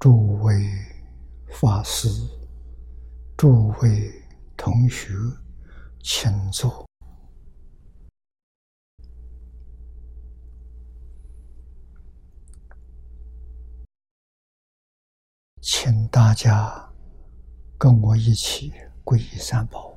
诸位法师、诸位同学，请坐。请大家跟我一起皈依三宝。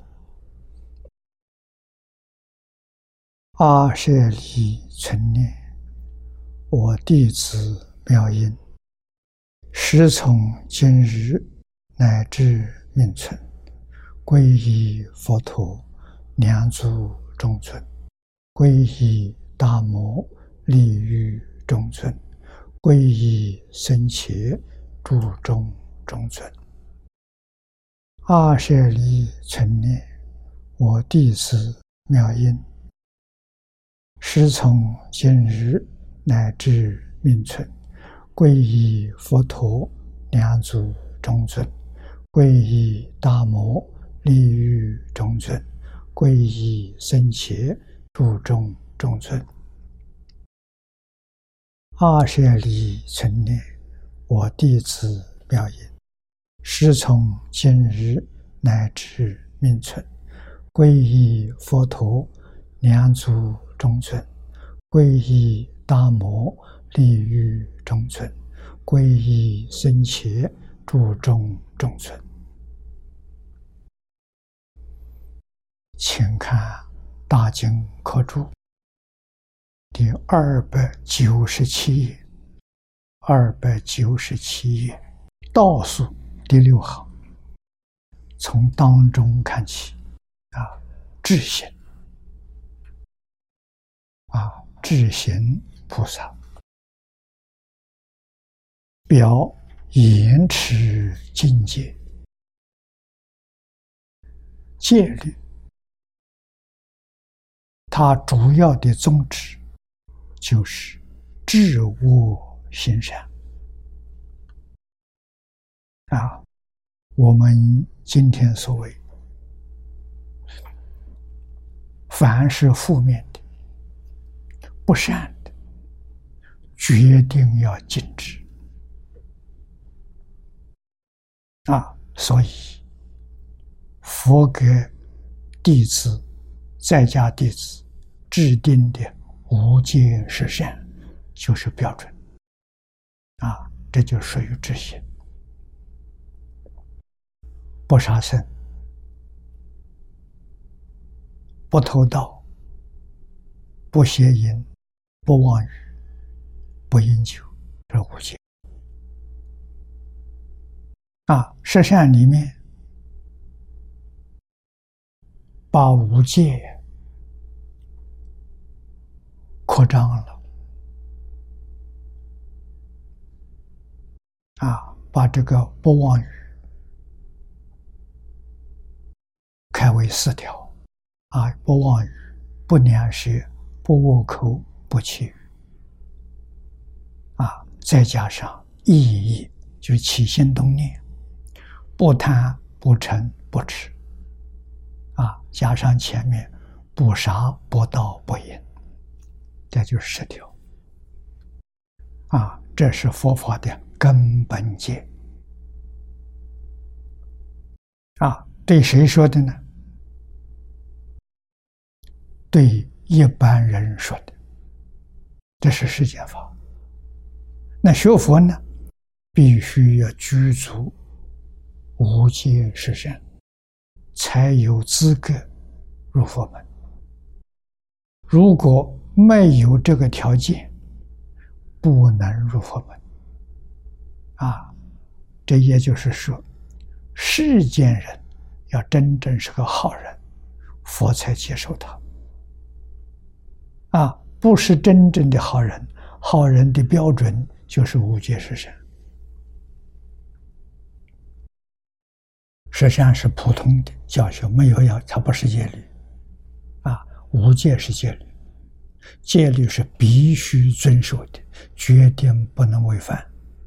阿舍利存念，我弟子妙音，时从今日乃至命存，皈依佛陀，两足中尊；皈依大摩，利于中尊；皈依僧伽，注中中尊。阿舍利存念，我弟子妙音，时从今日乃至命存，皈依佛陀，两足中尊；皈依大摩，利于中尊；皈依僧伽，注中中尊。阿舍利存念，我弟子妙音，时从今日乃至命存，皈依佛陀，两足中尊；皈依大摩，利于中尊；皈依僧伽，注中中尊。请看大经科注第297页，297页倒数第6行，从当中看起智行智行菩萨表严持境界戒律，它主要的宗旨就是治恶行善我们今天所谓凡是负面的、不善的，决定要禁止所以佛给弟子、在家弟子制定的无戒十善就是标准这就属于知行。不杀生，不偷盗，不邪淫，不妄语，不饮酒，这无戒十善里面把无戒扩张了把这个不妄语开为4条不妄语，不两舌，不恶口，不绮语再加上意就是起心动念，不贪，不嗔，不痴加上前面不杀，不盗，不淫，这就是10条这是佛法的根本戒对谁说的呢？对一般人说的，这是世间法。那学佛呢，必须要具足无戒十善，才有资格入佛门。如果没有这个条件，不能入佛门这也就是说，世间人要真正是个好人，佛才接受他不是真正的好人。好人的标准就是无戒十善。十善是普通的教学，没有它不是戒律无戒是戒律，戒律是必须遵守的，决定不能违反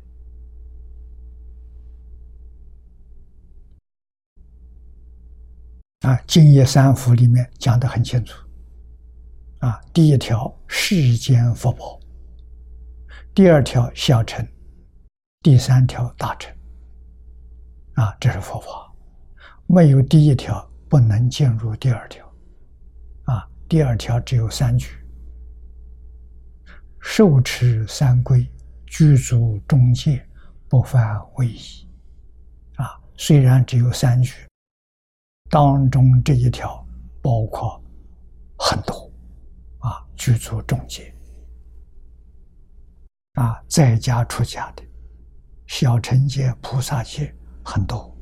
净业三福里面讲得很清楚第1条世间福报，第2条小乘， 第三条大乘这是佛法，没有第一条不能进入第二条第二条只有3句：受持三规，具足中戒，不犯违仪虽然只有3句，当中这一条包括很多具足中戒在家出家的小乘戒、菩萨戒很多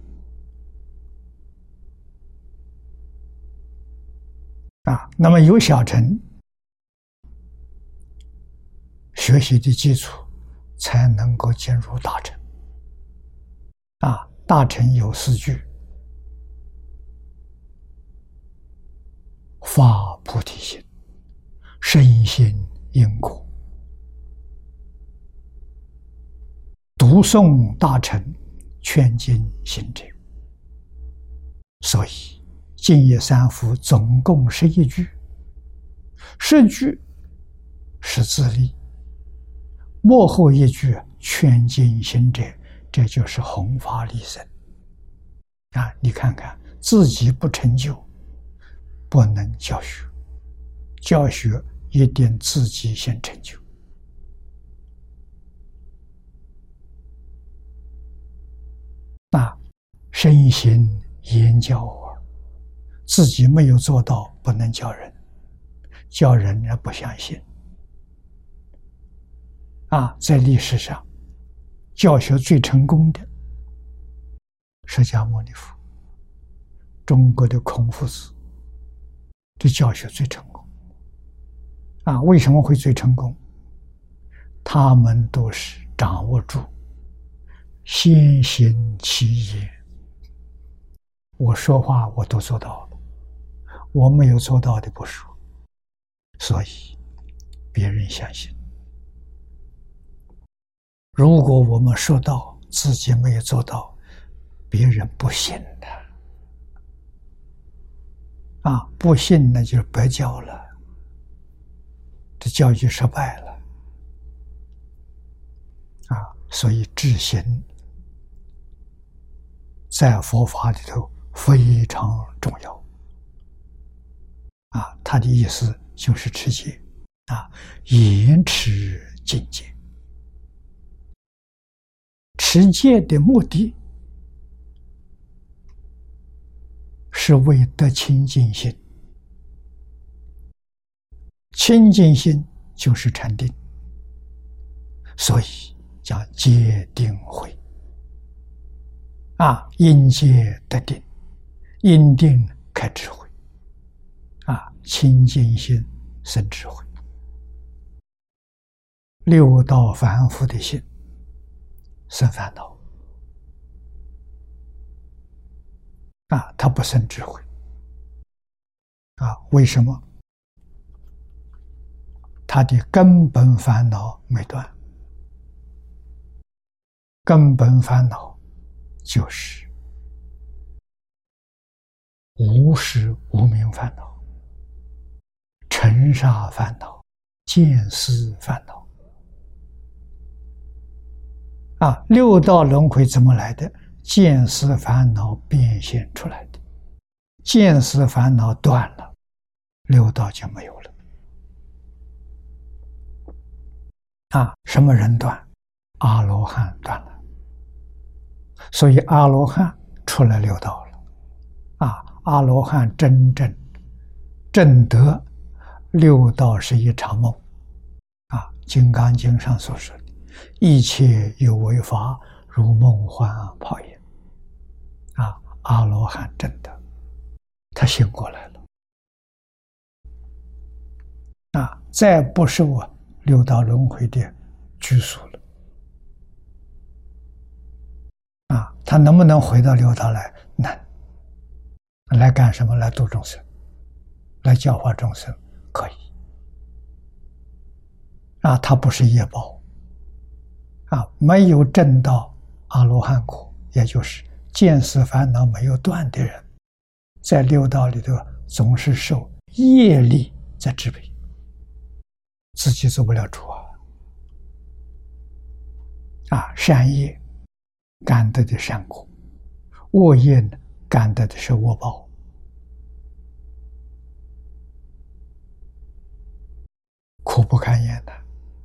那么有小乘学习的基础，才能够进入大乘大乘有4句：发菩提心，深信因果，读诵大乘，劝进行者。所以净业三福总共11句，10句是自利，末后1句劝进行者，这就是弘法利生你看看，自己不成就，不能教学，教学一定自己先成就身行言教自己没有做到，不能教人，教人不相信在历史上教学最成功的释迦牟尼佛，中国的孔夫子，这教学最成功为什么会最成功？他们都是掌握住先行其言，我说话我都做到了，我没有做到的不说，所以别人相信。如果我们说到自己没有做到，别人不信的不信那就白教了，这教育失败了所以知行在佛法里头非常重要他的意思就是持戒严持境界。持戒的目的是为得清净心，清净心就是禅定，所以叫戒定慧因戒得定，因定开智慧清净心生智慧。六道凡夫的心生烦恼他不生智慧为什么？他的根本烦恼没断，根本烦恼就是无始无明烦恼、尘沙烦恼、见思烦恼六道轮回怎么来的？见思烦恼变现出来的，见思烦恼断了，六道就没有了什么人断？阿罗汉断了，所以阿罗汉出了六道了阿罗汉真正证得六道是一场梦金刚经上所说的一切有为法如梦幻泡影阿罗汉证得，他醒过来了再不受六道轮回的拘束了他能不能回到六道来？难。来干什么？来度众生，来教化众生，可以他不是业报没有证到阿罗汉果，也就是见思烦恼没有断的人，在六道里头总是受业力在支配，自己做不了主善业感得的善果，恶业呢感得的是恶报。苦不堪言的，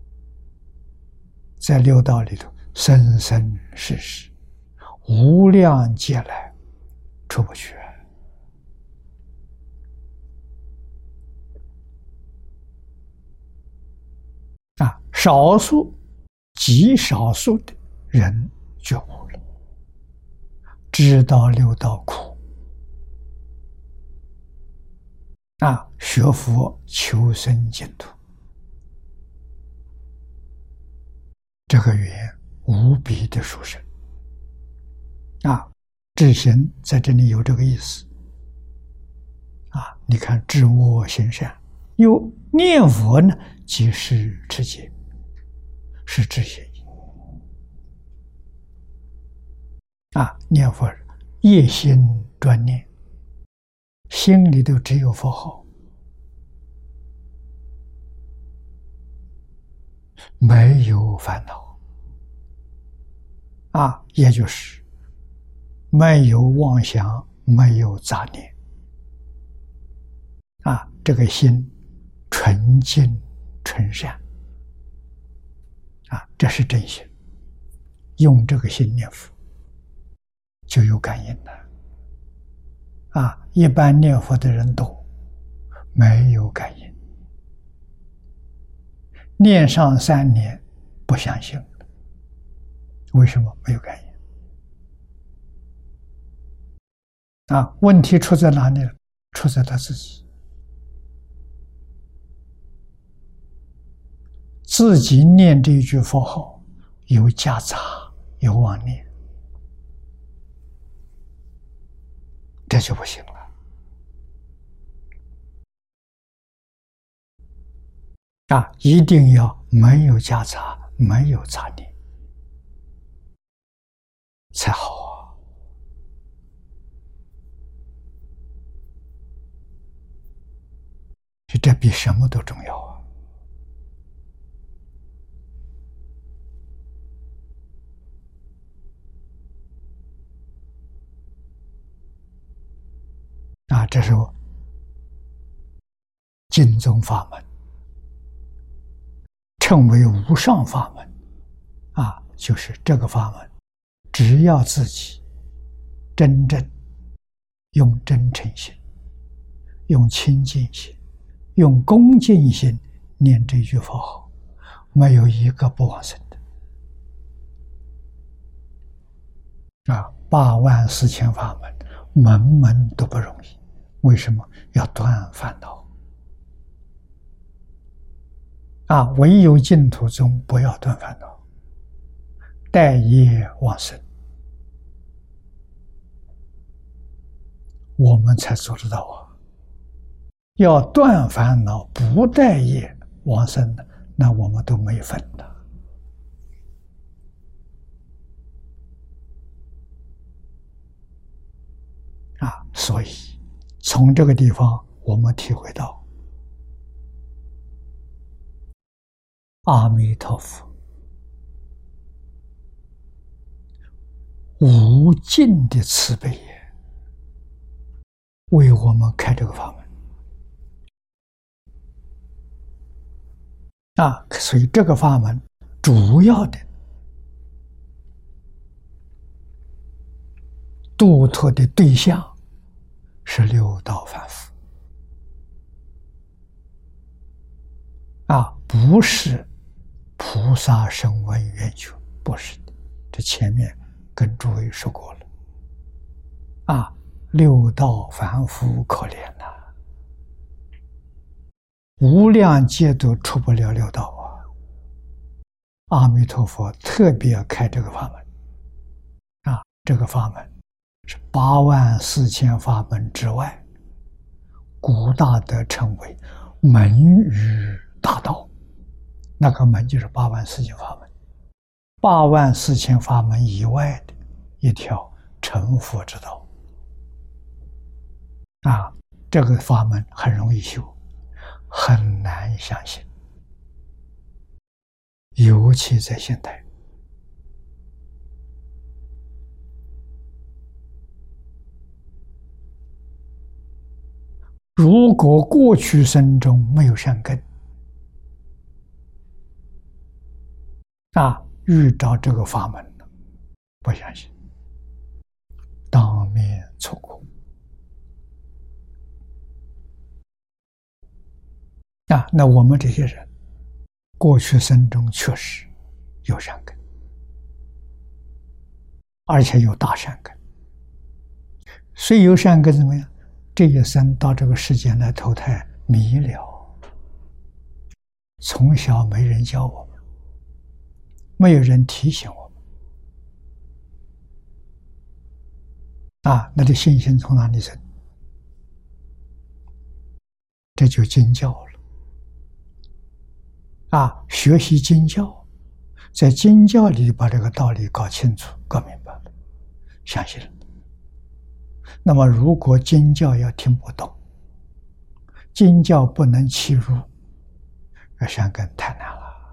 在六道里头生生世世无量劫来出不去啊！少数极少数的人觉悟了，知道六道苦啊，学佛求生净土，这个缘无比的殊胜啊！智行在这里有这个意思啊！你看，知恶行善，又念佛呢，即是持戒，是智行啊！念佛一心专念，心里头只有佛号，没有烦恼啊，也就是没有妄想，没有杂念啊，这个心纯净纯善啊，这是真心。用这个心念佛，就有感应了啊！一般念佛的人多，没有感应。念上3年，不相信了，为什么没有感应？啊，问题出在哪里了？出在他自己，自己念这一句佛号有夹杂，有妄念，这就不行了。啊，一定要没有夹杂，没有杂念才好啊！这比什么都重要啊！啊，这是净宗法门，称为无上法门啊，就是这个法门，只要自己真正用真诚心，用清净心，用恭敬心念这句佛号，没有一个不往生的啊！84000法门，门门都不容易。为什么要断烦恼啊？唯有净土宗不要断烦恼，待业往生，我们才做得到啊！要断烦恼不待业往生的，那我们都没分的啊！所以从这个地方我们体会到阿弥陀佛无尽的慈悲也，为我们开这个法门啊！所以这个法门主要的度脱的对象是六道凡夫啊，不是菩萨声闻缘觉，不是的。这前面跟诸位说过了啊，六道凡夫可怜呐，无量劫都出不了六道啊！阿弥陀佛特别开这个法门啊，这个法门是84000法门之外，古大德称为门语大道，那个门就是84000法门，84000法门以外的一条成佛之道啊！这个法门很容易修，很难相信，尤其在现代如果过去生中没有善根，遇到这个法门了，不相信，当面错过。那我们这些人，过去生中确实有善根，而且有大善根。虽有善根怎么样？这一生到这个世间来投胎迷了，从小没人教我们，没有人提醒我们，那这信心从哪里生？这就经教了。学习经教，在经教里把这个道理搞清楚、搞明白了，相信了。那么，如果经教要听不懂，经教不能契入，善根太难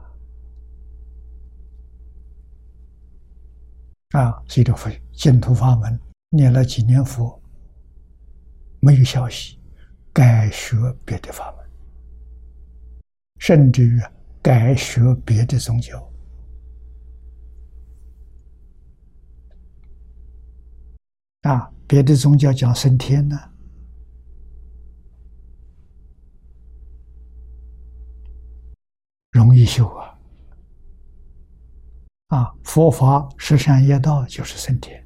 了。所以这佛净土法门念了几年佛，没有消息，改学别的法门，甚至于改学别的宗教。别的宗教讲升天呢，容易修佛法十善业道就是升天。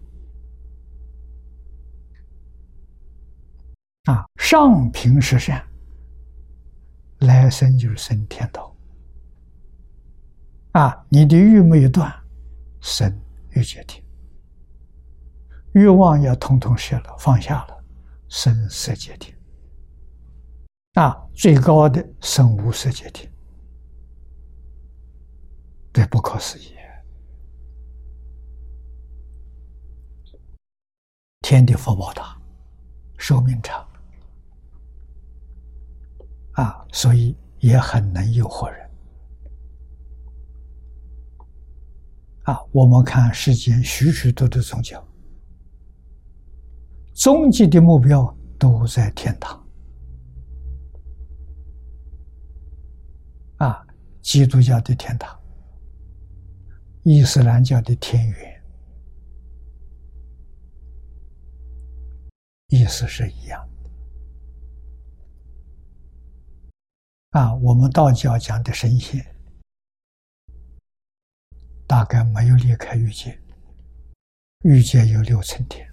上品十善，来生就是升天道。你的欲没有断，生欲界天。欲望要统统舍了，放下了，生色界天。最高的生无色界天，这不可思议。天的福报大，寿命长，所以也很能诱惑人。我们看世间许许多多宗教，终极的目标都在天堂。基督教的天堂，伊斯兰教的天园，意思是一样的。我们道教讲的神仙，大概没有离开欲界，欲界有6层天。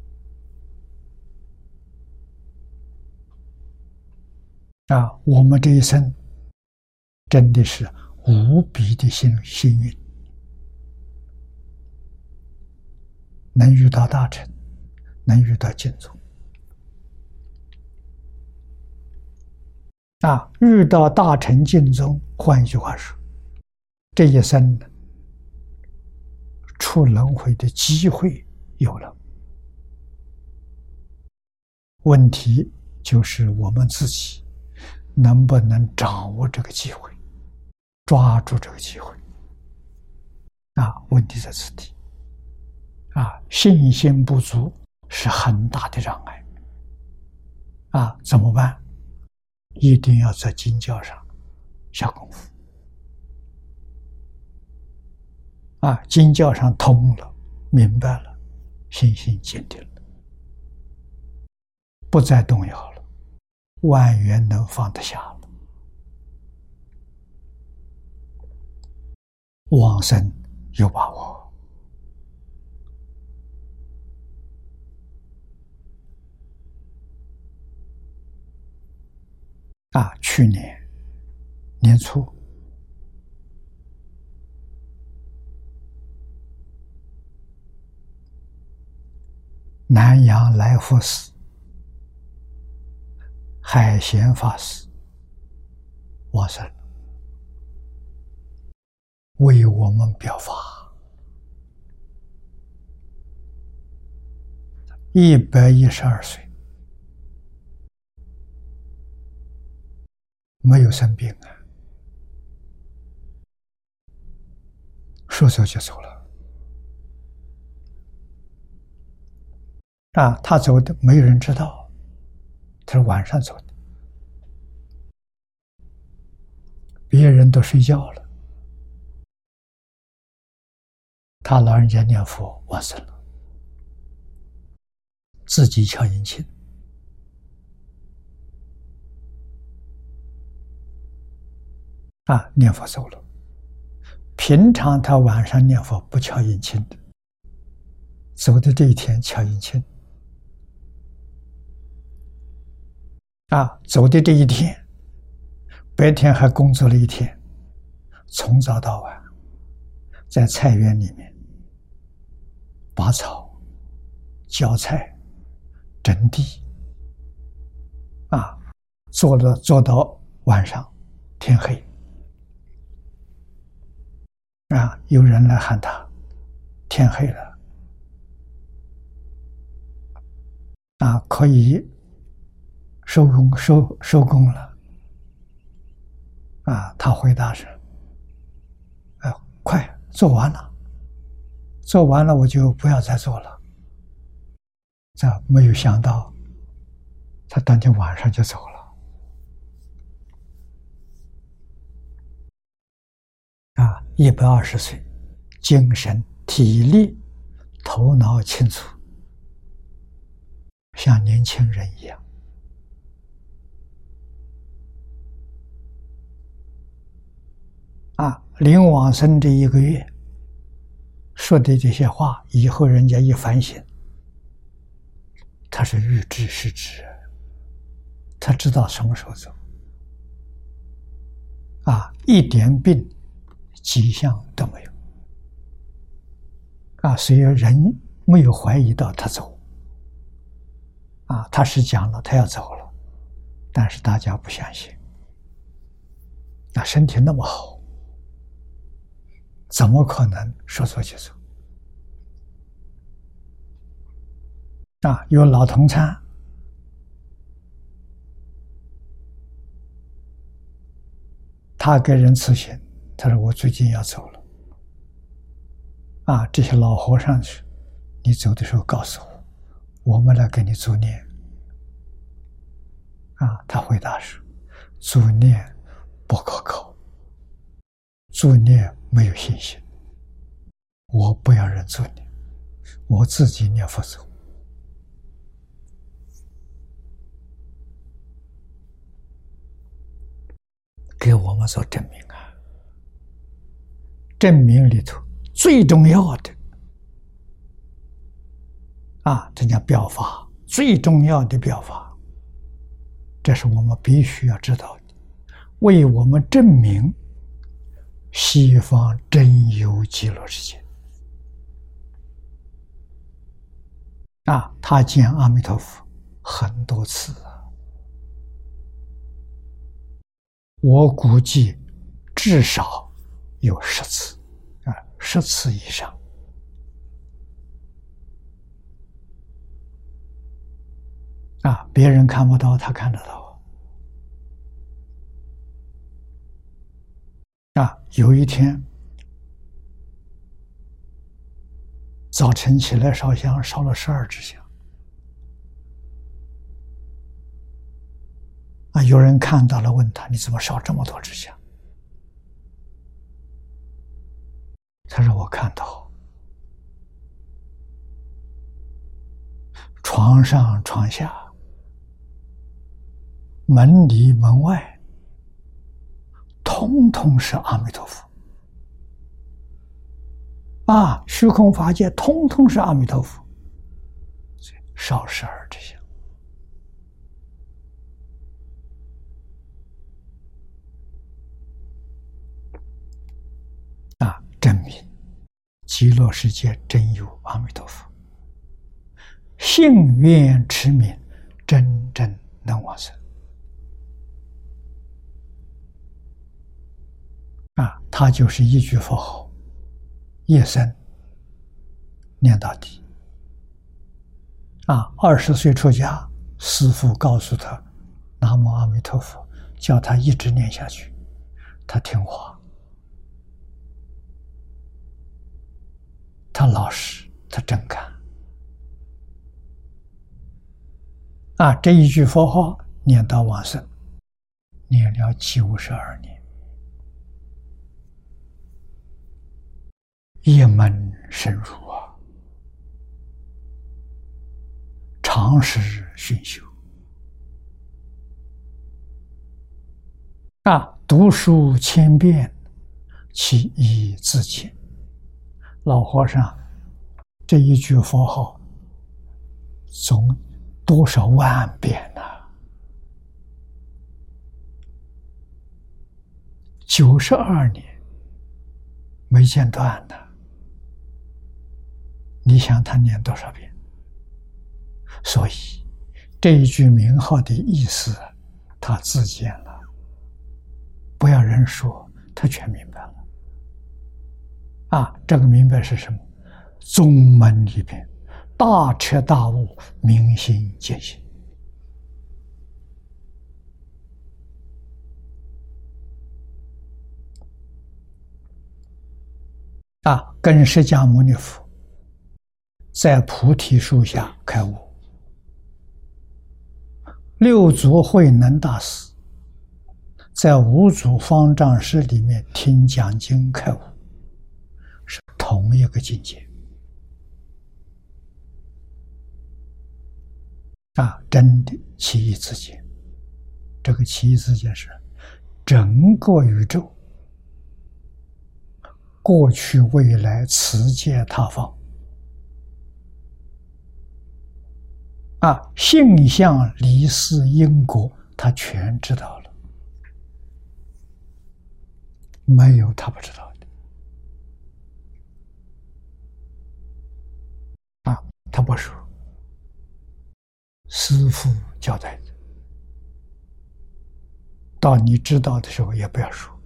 我们这一生真的是无比的幸运，能遇到大乘，能遇到净宗。遇到大乘净宗，换一句话说，这一生出轮回的机会有了。问题就是我们自己能不能掌握这个机会，抓住这个机会。问题在此地。信心不足是很大的障碍。怎么办？一定要在经教上下功夫。经教上通了，明白了，信心坚定了，不再动摇了，万缘能放得下了，往生有把握。去年年初，南洋来福寺海贤法师往生，为我们表法，112岁，没有生病说走就走了。他走的没有人知道，他是晚上走的， 人都睡觉了，他老人家念佛往生了，自己敲引磬念佛走了。平常他晚上念佛不敲引磬的，走的这一天敲引磬走的这一天，白天还工作了一天，从早到晚在菜园里面拔草、浇菜、整地做到晚上天黑有人来喊他，天黑了可以收工了他回答是快做完了我就不要再做了。这没有想到他当天晚上就走了120岁，精神体力头脑清楚，像年轻人一样临往生这1个月说的这些话，以后人家一反省，他是预知是知，他知道什么时候走一点病迹象都没有所以人没有怀疑到他走他是讲了他要走了，但是大家不相信身体那么好，怎么可能说走就走有老同参他给人辞行，他说我最近要走了这些老和尚去，你走的时候告诉我们来给你助念他回答是助念不可靠，助念没有信心，我不要人助念，我自己念佛走给我们做证明证明里头最重要的这叫表法，最重要的表法，这是我们必须要知道的，为我们证明西方真有极乐世界他见阿弥陀佛很多次我估计至少有10次10次以上别人看不到他看得到有一天早晨起来烧香，烧了12支香有人看到了问他，你怎么烧这么多支香？他说我看到床上床下门里门外通通是阿弥陀佛虚空法界通通是阿弥陀佛，烧12支香证明极乐世界真有阿弥陀佛，信愿持名真正能往生他就是一句佛号，夜深念到底20岁出家，师父告诉他南无阿弥陀佛，叫他一直念下去，他听话，他老实，他真干这一句佛号念到往生，念了92年一门深入啊，常时熏修啊，读书千遍，其义自见。老和尚这一句佛号总多少万遍呢？92年没间断的，你想他念多少遍？所以这一句名号的意思，他自见了，不要人说，他全明白了。啊，这个明白是什么？宗门里边大彻大悟，明心见性啊，跟释迦牟尼佛在菩提树下开悟，六祖慧能大师在五祖方丈室里面听讲经开悟，是同一个境界啊！真的其义自见，这个其义自见是整个宇宙过去未来此界他方啊，性相离事因果他全知道了，没有他不知道的啊！他不说，师父交代的，到你知道的时候也不要说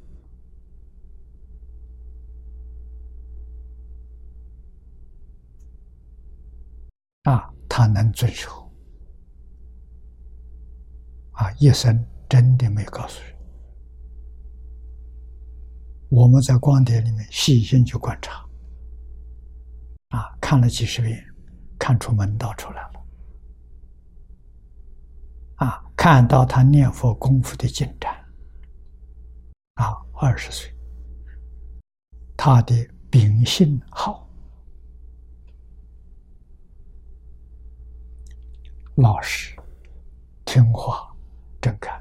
啊，他能遵守啊，一生真的没告诉人。我们在光碟里面细心去观察啊，看了几十遍，看出门道出来了啊，看到他念佛功夫的进展啊，20岁，他的秉性好，老实听话真干，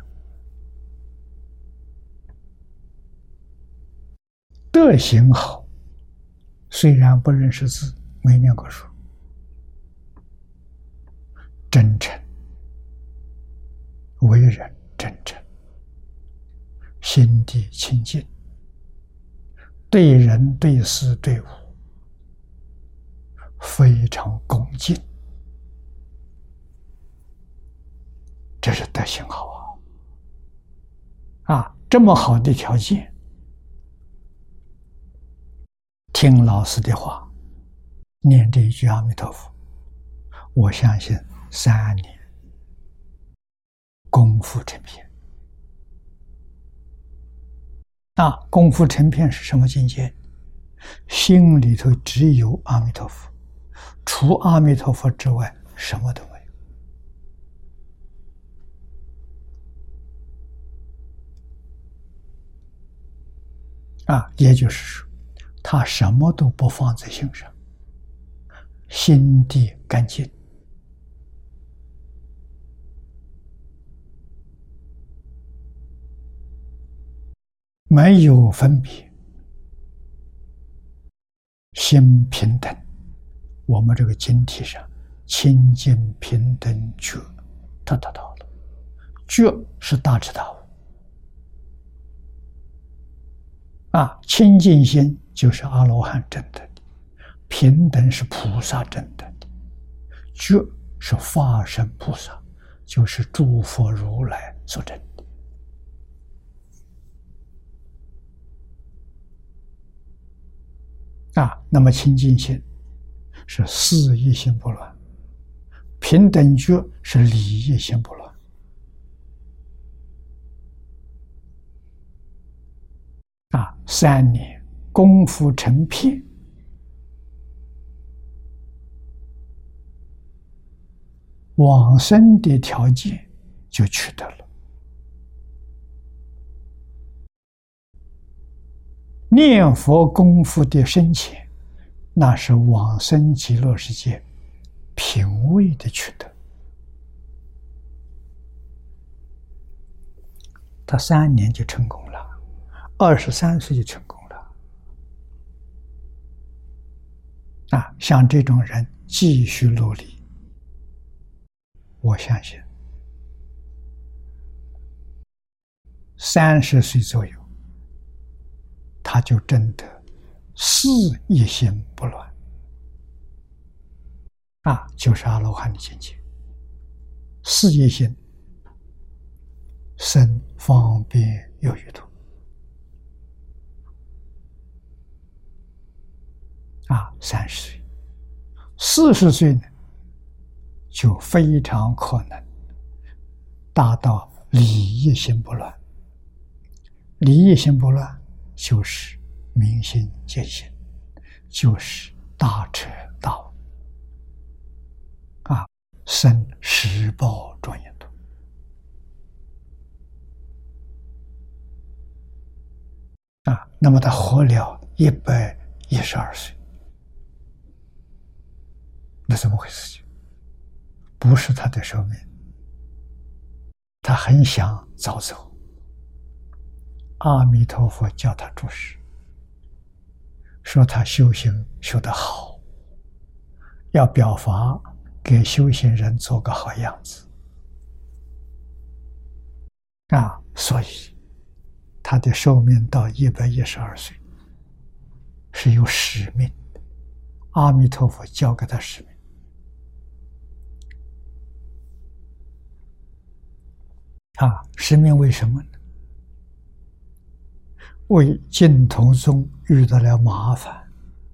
德行好，虽然不认识字，没念过书，真诚，为人真诚，心地清净，对人对事对物非常恭敬，这是德行好啊！这么好的条件，听老师的话，念这一句阿弥陀佛，我相信3年功夫成片啊！功夫成片是什么境界？心里头只有阿弥陀佛，除阿弥陀佛之外什么都没有啊！也就是说，他什么都不放在心上，心地干净，没有分别，心平等。我们这个经题上清净平等觉，他得到了。觉是大彻大悟啊，清净心就是阿罗汉证得的，平等是菩萨证得的，觉是化身菩萨，就是诸佛如来所证的啊。那么清净心是事一心不乱，平等觉是理一心不乱啊。3年功夫成片，往生的条件就取得了。念佛功夫的深浅那是往生极乐世界品位的取得。他3年就成功了，23岁就成功了。像这种人继续努力，我相信30岁左右，他就真得事一心不乱，就是阿罗汉的境界。事一心，生方便有余土。30岁，40岁呢，就非常可能达到理一心不乱。理一心不乱，就是明心见性，就是大彻大悟，生十报庄严土。那么他活了112岁，那怎么回事情？不是他的寿命，他很想早走。阿弥陀佛叫他住世，说他修行修得好，要表法给修行人做个好样子。所以他的寿命到112岁是有使命的，阿弥陀佛交给他使命。使命为什么呢？为净土宗遇到了麻烦，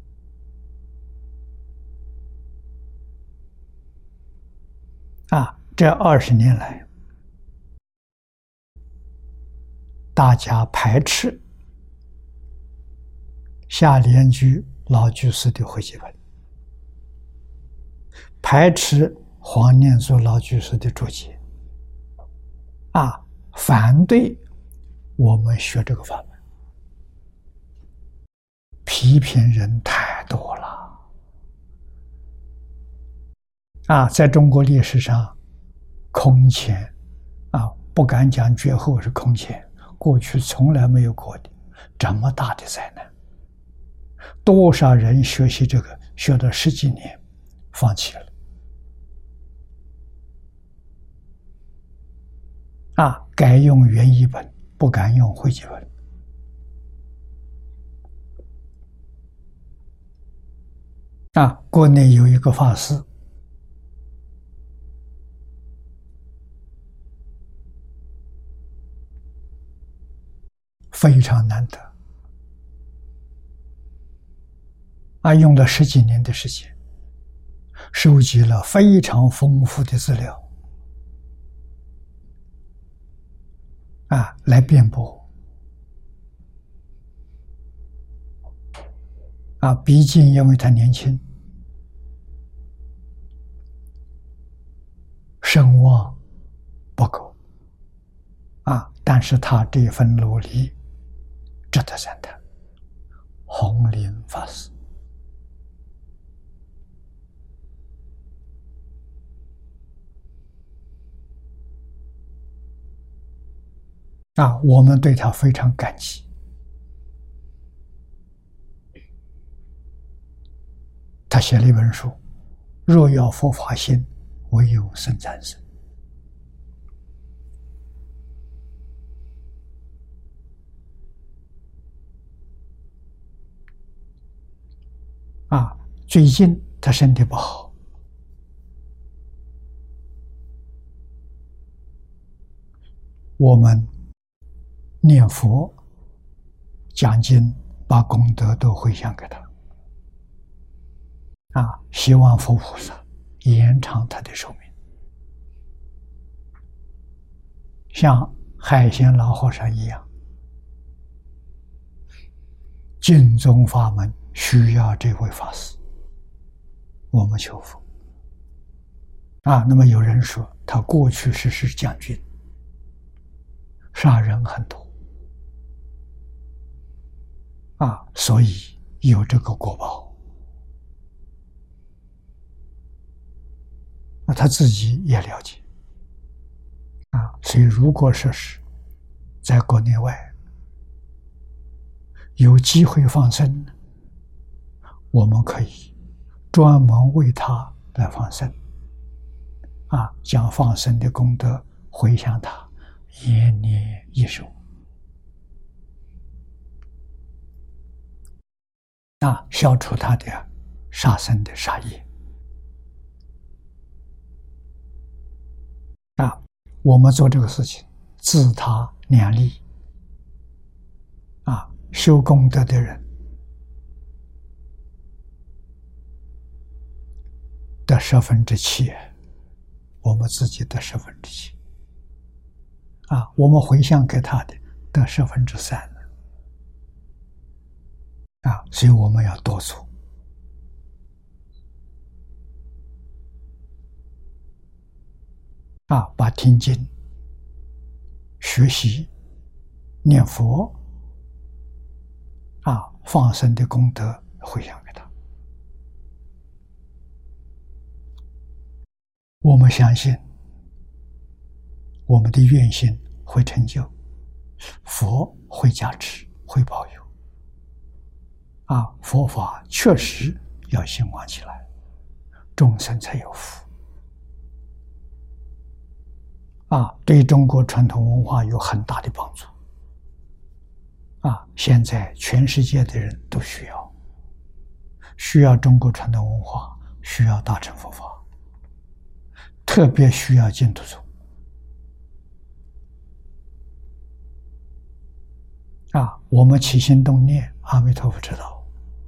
这20年来，大家排斥夏莲居老居士的汇集本，排斥黄念祖老居士的注解，反对我们学这个法门，批评人太多了。在中国历史上，空前，不敢讲绝后是空前，过去从来没有过的这么大的灾难。多少人学习这个学了10几年，放弃了。改用原译本，不敢用汇集本。国内有一个法师，非常难得，用了10几年的时间，收集了非常丰富的资料，来辩驳。毕竟因为他年轻，声望不够，但是他这份努力值得赞叹。弘林法师我们对他非常感激。他写了一本书，若要佛法兴，唯有僧赞僧。最近他身体不好，我们念佛讲经，把功德都回向给他。希望佛菩萨延长他的寿命，像海贤老和尚一样，净宗法门需要这位法师，我们求佛。那么有人说他过去是将军，杀人很多，所以有这个果报。 他自己也了解所以如果说是在国内外有机会放生，我们可以专门为他来放生将放生的功德回向他，延年益寿消除他的杀生的杀业我们做这个事情自他两利修功德的人得7/10，我们自己得7/7我们回向给他的得3/3所以我们要多做把听经、学习、念佛放生的功德回向给他。我们相信我们的愿心会成就，佛会加持，会保佑佛法确实要兴旺起来，众生才有福对中国传统文化有很大的帮助现在全世界的人都需要中国传统文化，需要大乘佛法，特别需要净土宗我们起心动念，阿弥陀佛知道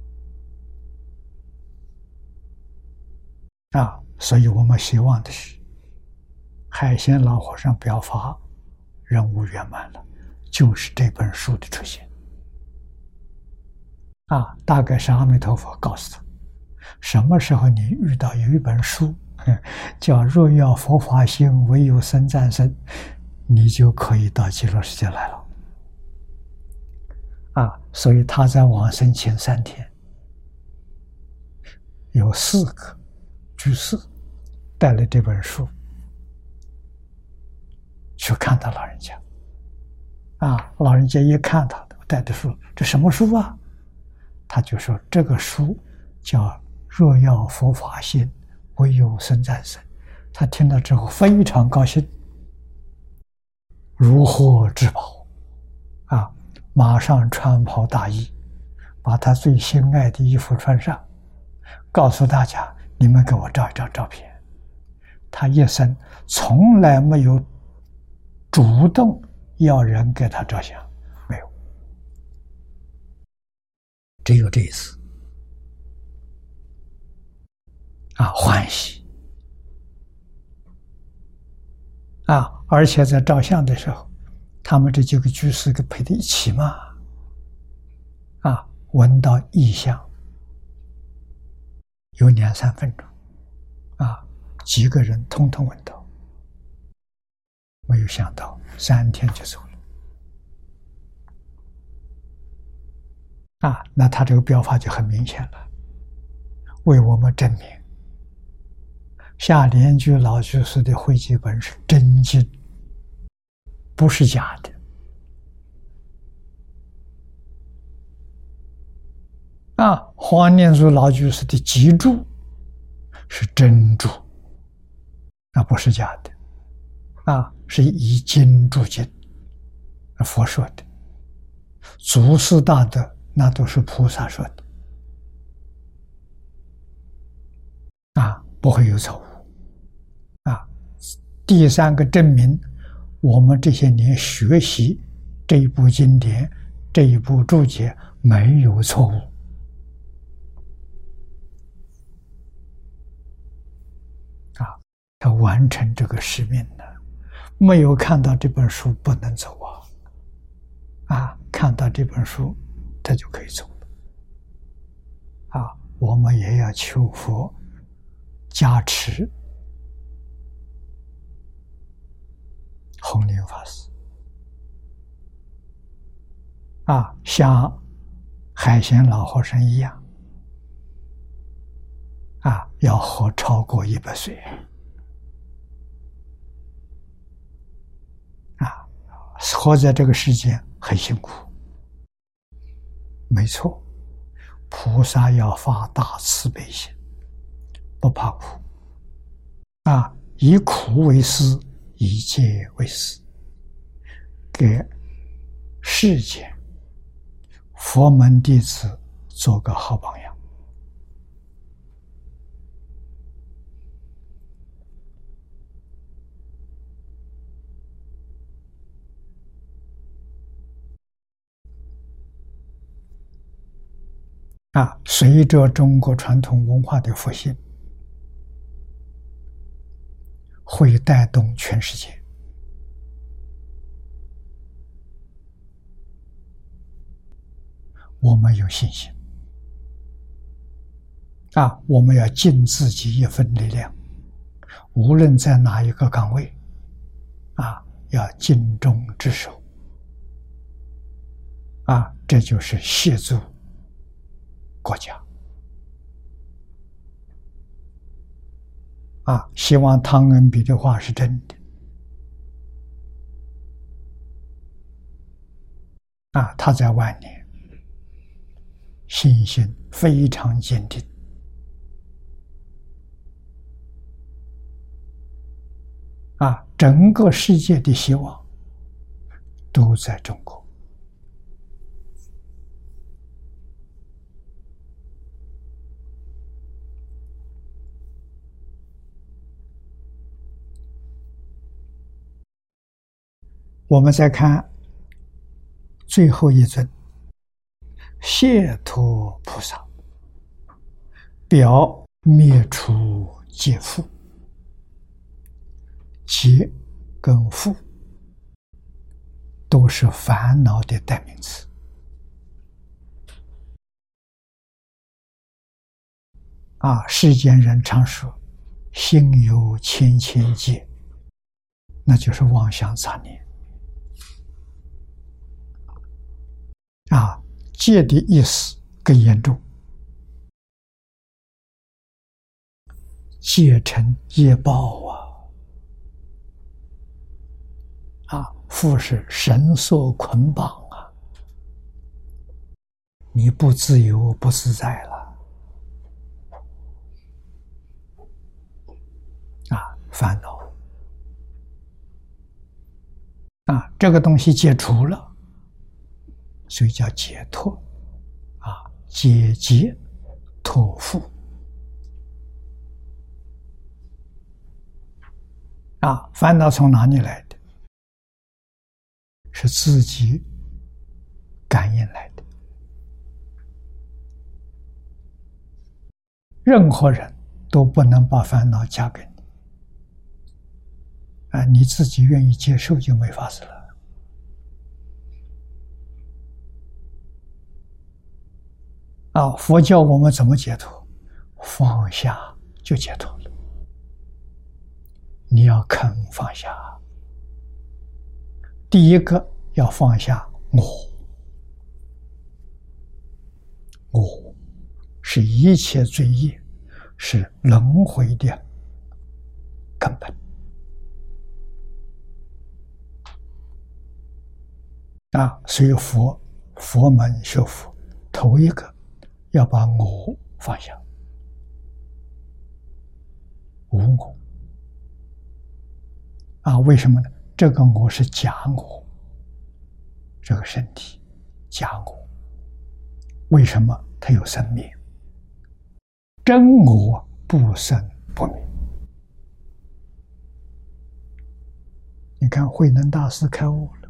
所以我们希望的是海鲜老和尚表法任务圆满了，就是这本书的出现大概是阿弥陀佛告诉他，什么时候你遇到有一本书叫若要佛法兴，唯有僧战胜，你就可以到极乐世界来了所以他在往生前3天有4个居士带了这本书去看他老人家老人家一看他带的书，这什么书他就说这个书叫若要佛法兴，唯有僧战胜。他听了之后非常高兴，如获至宝马上穿袍大衣，把他最心爱的衣服穿上，告诉大家，你们给我照一张照片。他一生从来没有主动要人给他照相，没有，只有这一次欢喜而且在照相的时候，他们这几个居士给陪在一起嘛闻到异香有2-3分钟几个人通通闻到，没有想到3天就走了那他这个标法就很明显了，为我们证明夏莲居老居士的汇集本是真经，不是假的黄念祖老居士的集注是真注，那不是假的是以经注经，佛说的，祖师大德那都是菩萨说的不会有错误第3个证明我们这些年学习这一部经典，这一部注解没有错误要完成这个使命的，没有看到这本书不能走看到这本书他就可以走了我们也要求佛加持弘宁法师像海贤老和尚一样要活超过100岁活在这个世间很辛苦，没错。菩萨要发大慈悲心，不怕苦以苦为师，以戒为师，给世间佛门弟子做个好榜样。随着中国传统文化的复兴，会带动全世界。我们有信心我们要尽自己一份力量，无论在哪一个岗位要尽忠职守这就是协助国家希望汤恩比的话是真的他在晚年信心非常坚定整个世界的希望都在中国。我们再看最后一尊解脱菩萨，表灭除劫缚，劫跟缚都是烦恼的代名词世间人常说心有千千结，那就是妄想杂念戒的意思更严重，戒成业报缚是绳索捆绑你不自由不自在了烦恼这个东西解除了，所以叫解脱解结脱缚烦恼从哪里来的？是自己感应来的。任何人都不能把烦恼加给你你自己愿意接受就没法子了佛教我们怎么解脱？放下就解脱了。你要肯放下，第一个要放下我是一切罪业，是轮回的根本所以佛门学佛头一个要把我放下，无我为什么呢？这个我是假我，这个身体假我，为什么它有生命？真我不生不灭。你看慧能大师开悟了，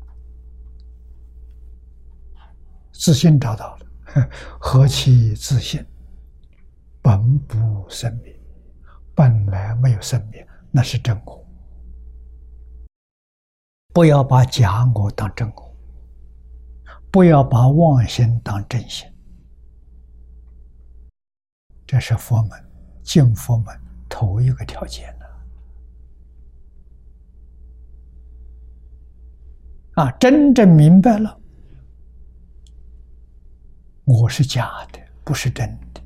自信找到了，何其自信，本不生灭，本来没有生灭，那是真我。不要把假我当真我，不要把妄心当真心，这是佛门进佛门头一个条件真正明白了，我是假的，不是真的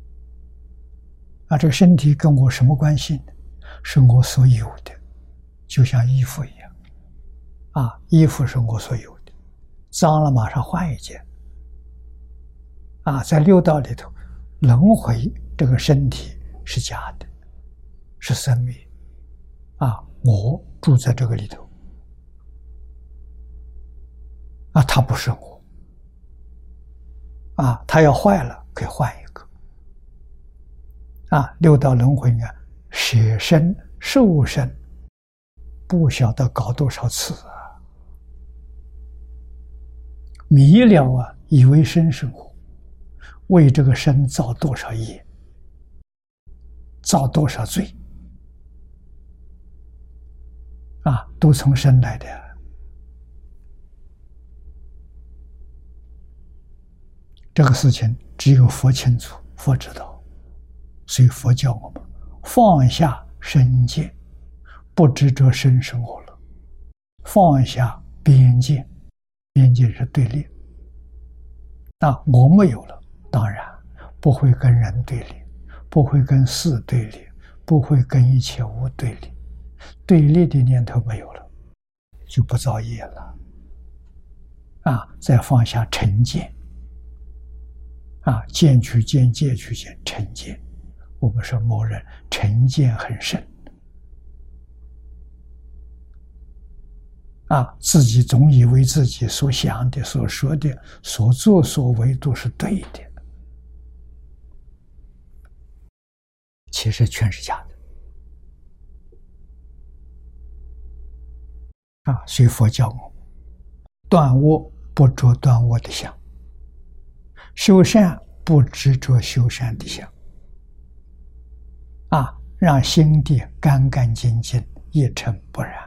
这个身体跟我什么关系呢？是我所有的，就像衣服一样衣服是我所有的，脏了马上换一件。在六道里头，轮回这个身体是假的，是生命。我住在这个里头。它不是我。它要坏了可以换一个。六道轮回呢，舍身受身，不晓得搞多少次迷了以为身是我，为这个身造多少业，造多少罪都从身来的。这个事情只有佛清楚，佛知道，所以佛教我们放下身见，不执着身是我了，放下边界，边界是对立。我没有了，当然不会跟人对立，不会跟事对立，不会跟一切物对立，对立的念头没有了，就不造业了。再放下成见。见取见，戒取见，成见。我们说某人成见很深。自己总以为自己所想的、所说的、所作所为都是对的，其实全是假的。所以佛教我断恶不着断恶的相，修善不执着修善的相。让心地干干净净，一尘不染，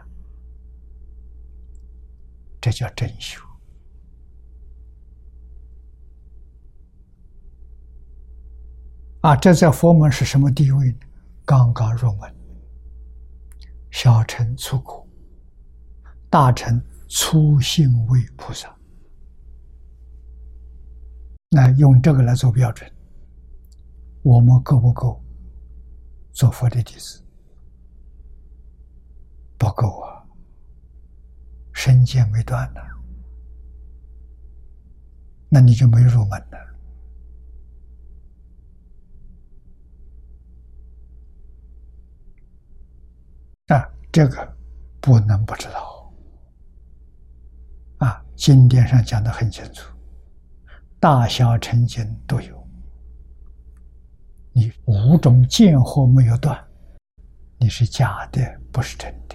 这叫真修。这在佛门是什么地位呢？刚刚入门，小乘出果，大乘初信位菩萨。那用这个来做标准，我们够不够做佛的弟子？不够啊，身见没断呢，那你就没入门了。这个不能不知道。经典上讲得很清楚，大小乘经都有。你五种见惑没有断，你是假的，不是真的。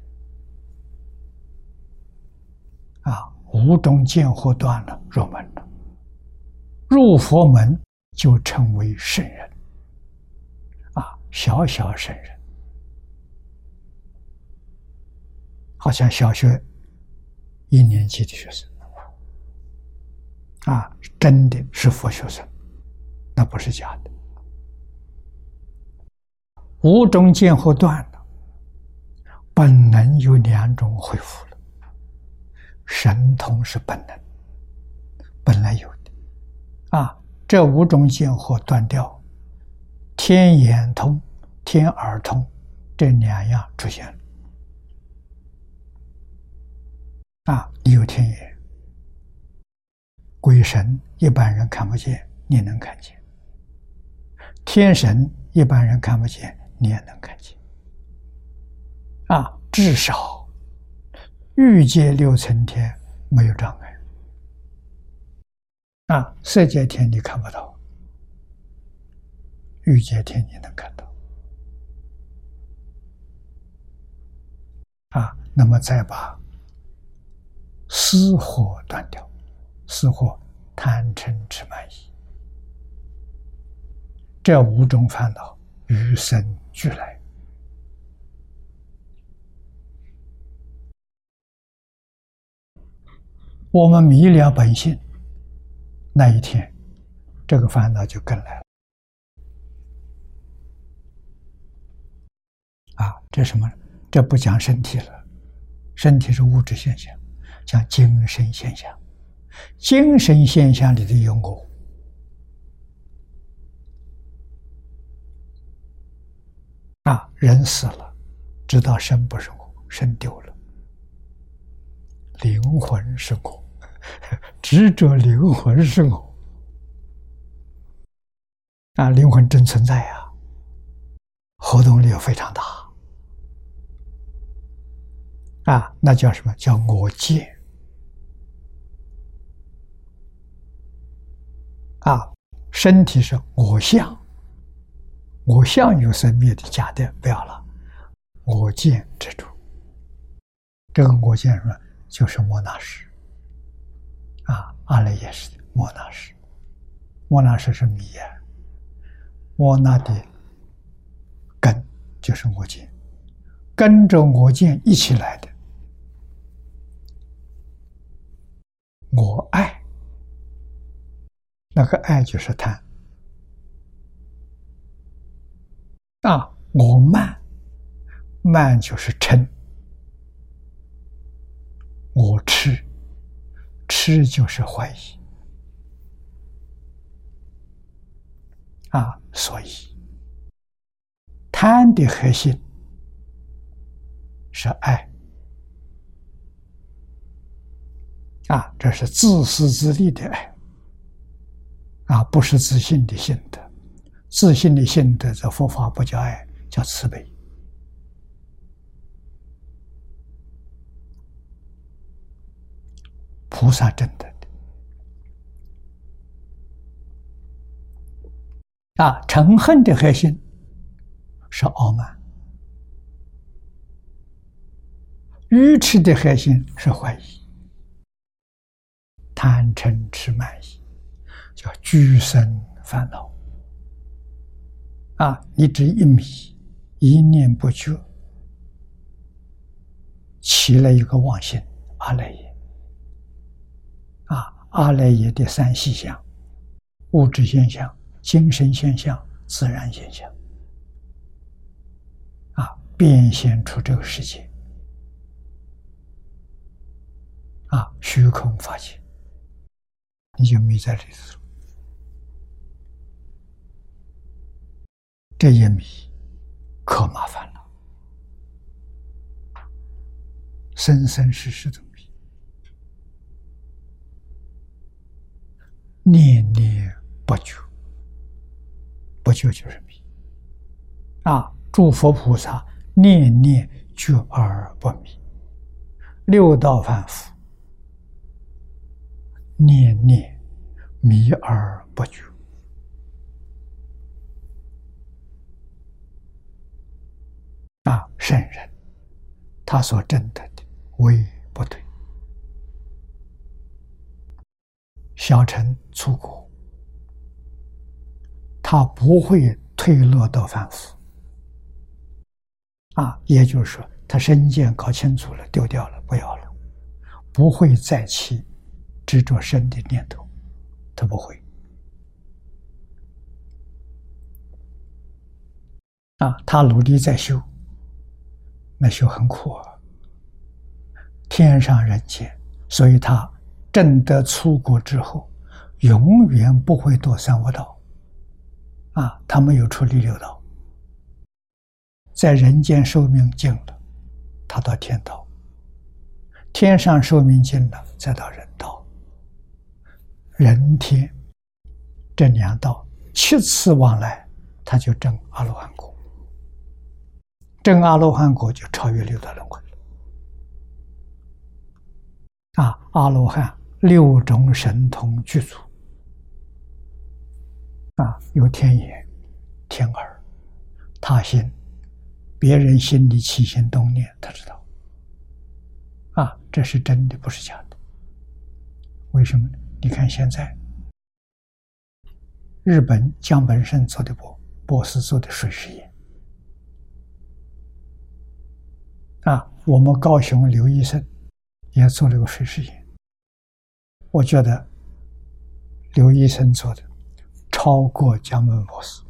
五种见惑断了，入门了，入佛门就成为圣人。小小圣人，好像小学1年级的学生，真的是佛学生，那不是假的。五种见惑断了，本能有2种恢复了。神通是本能，本来有的。这5种见惑断掉，天眼通、天耳通这2样出现了。你有天眼，鬼神一般人看不见，你能看见；天神一般人看不见，你也能看见。至少欲界6层天没有障碍。色界天你看不到，欲界天你能看到。那么再把私惑断掉，私惑贪嗔痴慢疑，这5种烦恼与生俱来。我们迷了本性，那一天这个烦恼就跟来了。这什么？这不讲身体了，身体是物质现象，讲精神现象。精神现象里头有我。人死了，知道身不是我，身丢了。 灵魂是我，执着灵魂是我。灵魂真存在啊，活动力非常大那叫什么？叫我见身体是我相，我相有生灭的，假的不要了，我见执着。这个我见什么？就是莫那识阿赖耶识的莫那识。莫那识是迷莫那的根就是我见，跟着我见一起来的我爱，那个爱就是贪我慢，慢就是嗔，我痴，痴就是怀疑所以贪的核心是爱这是自私自利的爱不是自信的性德。自信的性德在佛法不叫爱，叫慈悲菩萨证得的嗔恨的核心是傲慢，愚痴的核心是怀疑，贪嗔痴慢疑叫俱生烦恼你只一迷，一念不觉，起了一个妄心阿赖耶阿赖耶的三细相：物质现象、精神现象、自然现象变现出这个世界虚空法界，你就迷在里头。这一迷可麻烦了，生生世世的迷，念念不觉，不觉就是迷诸佛菩萨念念觉而不迷，六道凡夫念念迷而不觉圣人他所证得的唯不对，小乘出国他不会退落到凡夫也就是说他身见搞清楚了，丢掉了，不要了，不会再起执着身的念头，他不会他努力在修，那修很苦天上人间，所以他证得出国之后永远不会堕三恶道他没有出离六道，在人间寿命尽了，他到天道，天上寿命尽了，再到人道，人天这两道7次往来，他就证阿罗汉果，证阿罗汉果就超越六道轮回阿罗汉6种神通具足有天眼、天耳、他心，别人心里起心动念他知道这是真的，不是假的。为什么呢？你看现在日本江本胜做的博士做的水实验我们高雄刘医生也做了个水实验，我觉得刘医生做的超过江本博士。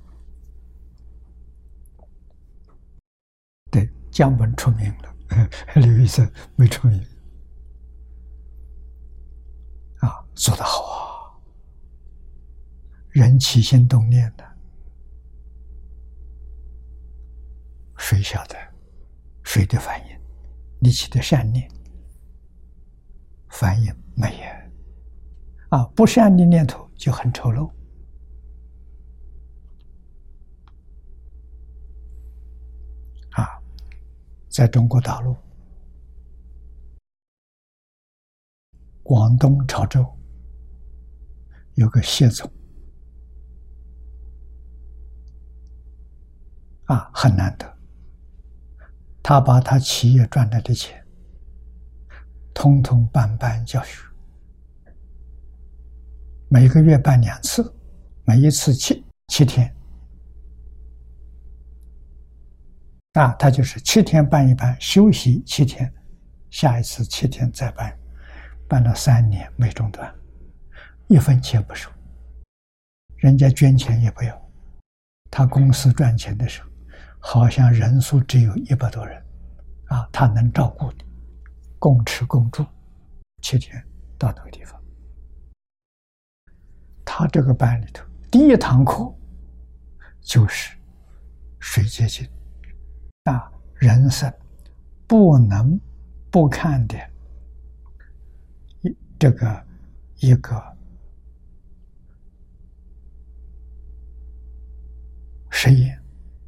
对，江本出名了，刘医生没出名做得好人起心动念的，谁晓得谁的反应？你起的善念反应没有不善的念头就很丑陋在中国大陆广东潮州有个谢总很难得，他把他企业赚来的钱通通办班教学，每个月办2次，每一次七天他就是7天办一班，休息7天，下一次7天再办，办了3年没中断，1分钱不收，人家捐钱也不要，他公司赚钱的时候好像人数只有100多人他能照顾你，共吃共住7天到那个地方。他这个班里头第1堂课就是水结晶人生不能不看的这个一个实验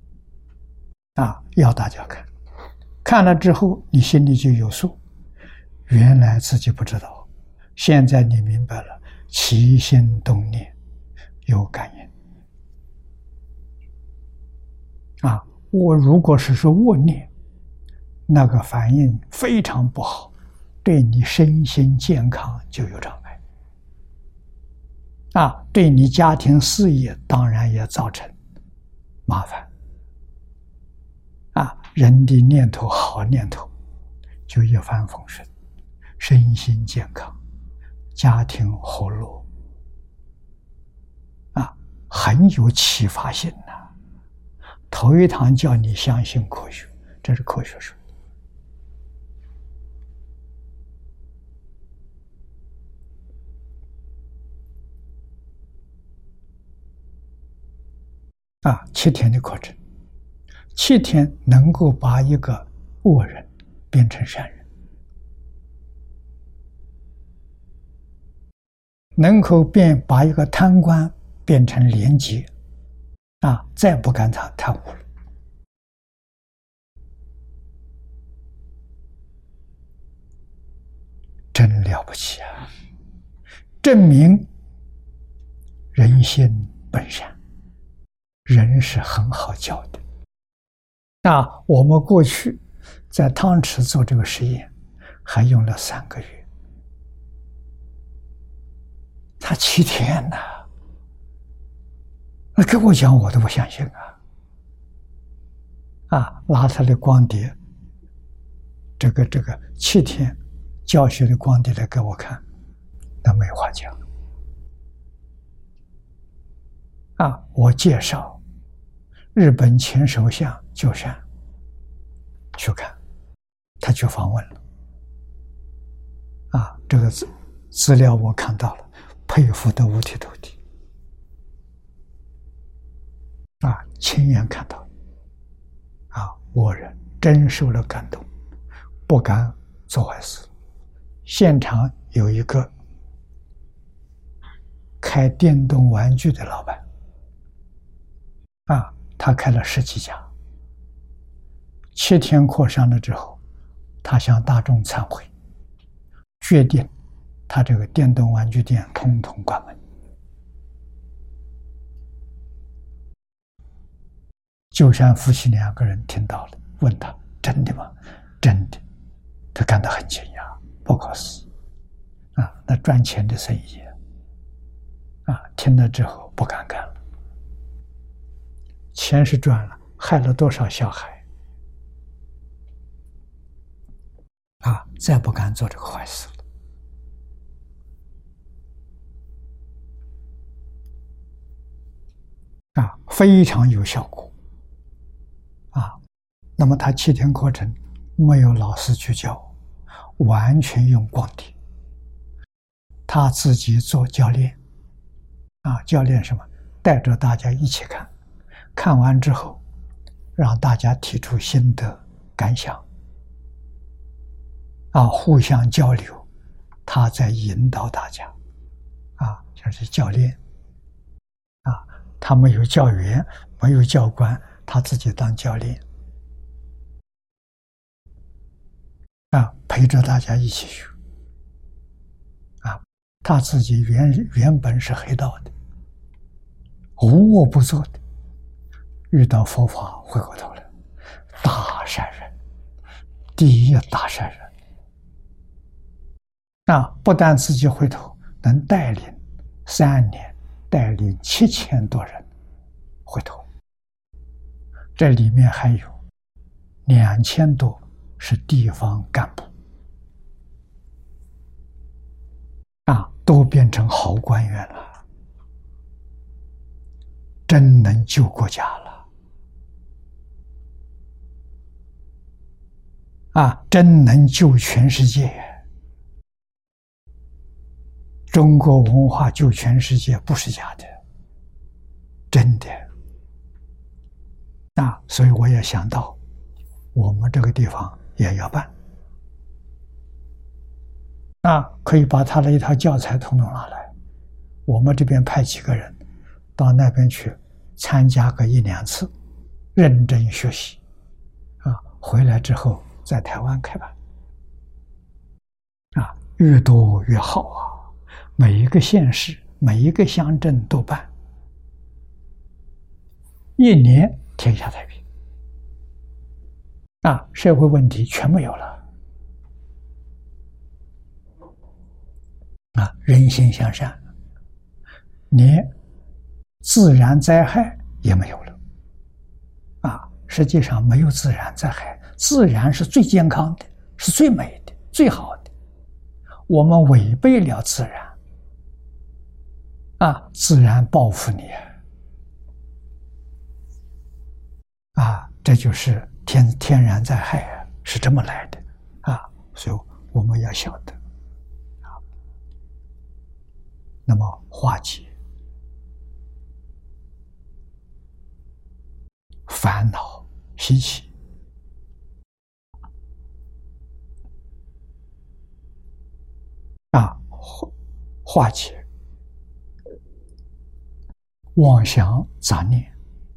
要大家看，看了之后你心里就有数，原来自己不知道，现在你明白了，起心动念有感应我如果是说恶念，那个反应非常不好，对你身心健康就有障碍对你家庭事业当然也造成麻烦人的念头好念头就一帆风顺，身心健康，家庭和乐很有启发性头一堂叫你相信科学，这是科学说7天的课程，7天能够把一个恶人变成善人，能够把一个贪官变成廉洁再不敢贪污了。真了不起证明人心本善，人是很好教的我们过去在汤池做这个实验还用了3个月，他7天那跟我讲我都不相信拿他的光碟这个7天教学的光碟来给我看，那没话讲我介绍日本前首相鸠山去看，他去访问了这个资料我看到了，佩服得五体投地亲眼看到我人真受了感动，不敢做坏事。现场有一个开电动玩具的老板他开了10几家，7天课上了之后，他向大众忏悔，决定他这个电动玩具店统统关门。鸠山夫妻2个人听到了，问他真的吗？真的，他感到很惊讶，不可思议那赚钱的生意听了之后不敢干了，钱是赚了，害了多少小孩再不敢做这个坏事了非常有效果那么他7天课程没有老师去教，完全用光碟，他自己做教练教练什么？带着大家一起看，看完之后让大家提出心得感想互相交流， 他在引导大家，像是教练，他没有教员，没有教官，他自己当教练，陪着大家一起学，他自己原本是黑道的，无恶不作的，遇到佛法回过头来，大善人，第一大善人。不但自己回头，能带领3年，带领7000多人回头，这里面还有2000多是地方干部，都变成好官员了，真能救国家了，真能救全世界。中国文化救全世界不是假的，真的。所以我也想到，我们这个地方也要办，可以把他的一套教材统统拿来，我们这边派几个人到那边去参加个1、2次，认真学习，回来之后在台湾开办，越多越好啊。每一个县市、每一个乡镇都办，1年天下太平，社会问题全没有了，人心向善，连自然灾害也没有了，实际上没有自然灾害，自然是最健康的，是最美的，最好的，我们违背了自然。自然报复你这就是天然灾害是这么来的所以我们要晓得那么化解烦恼习气，化解妄想杂念，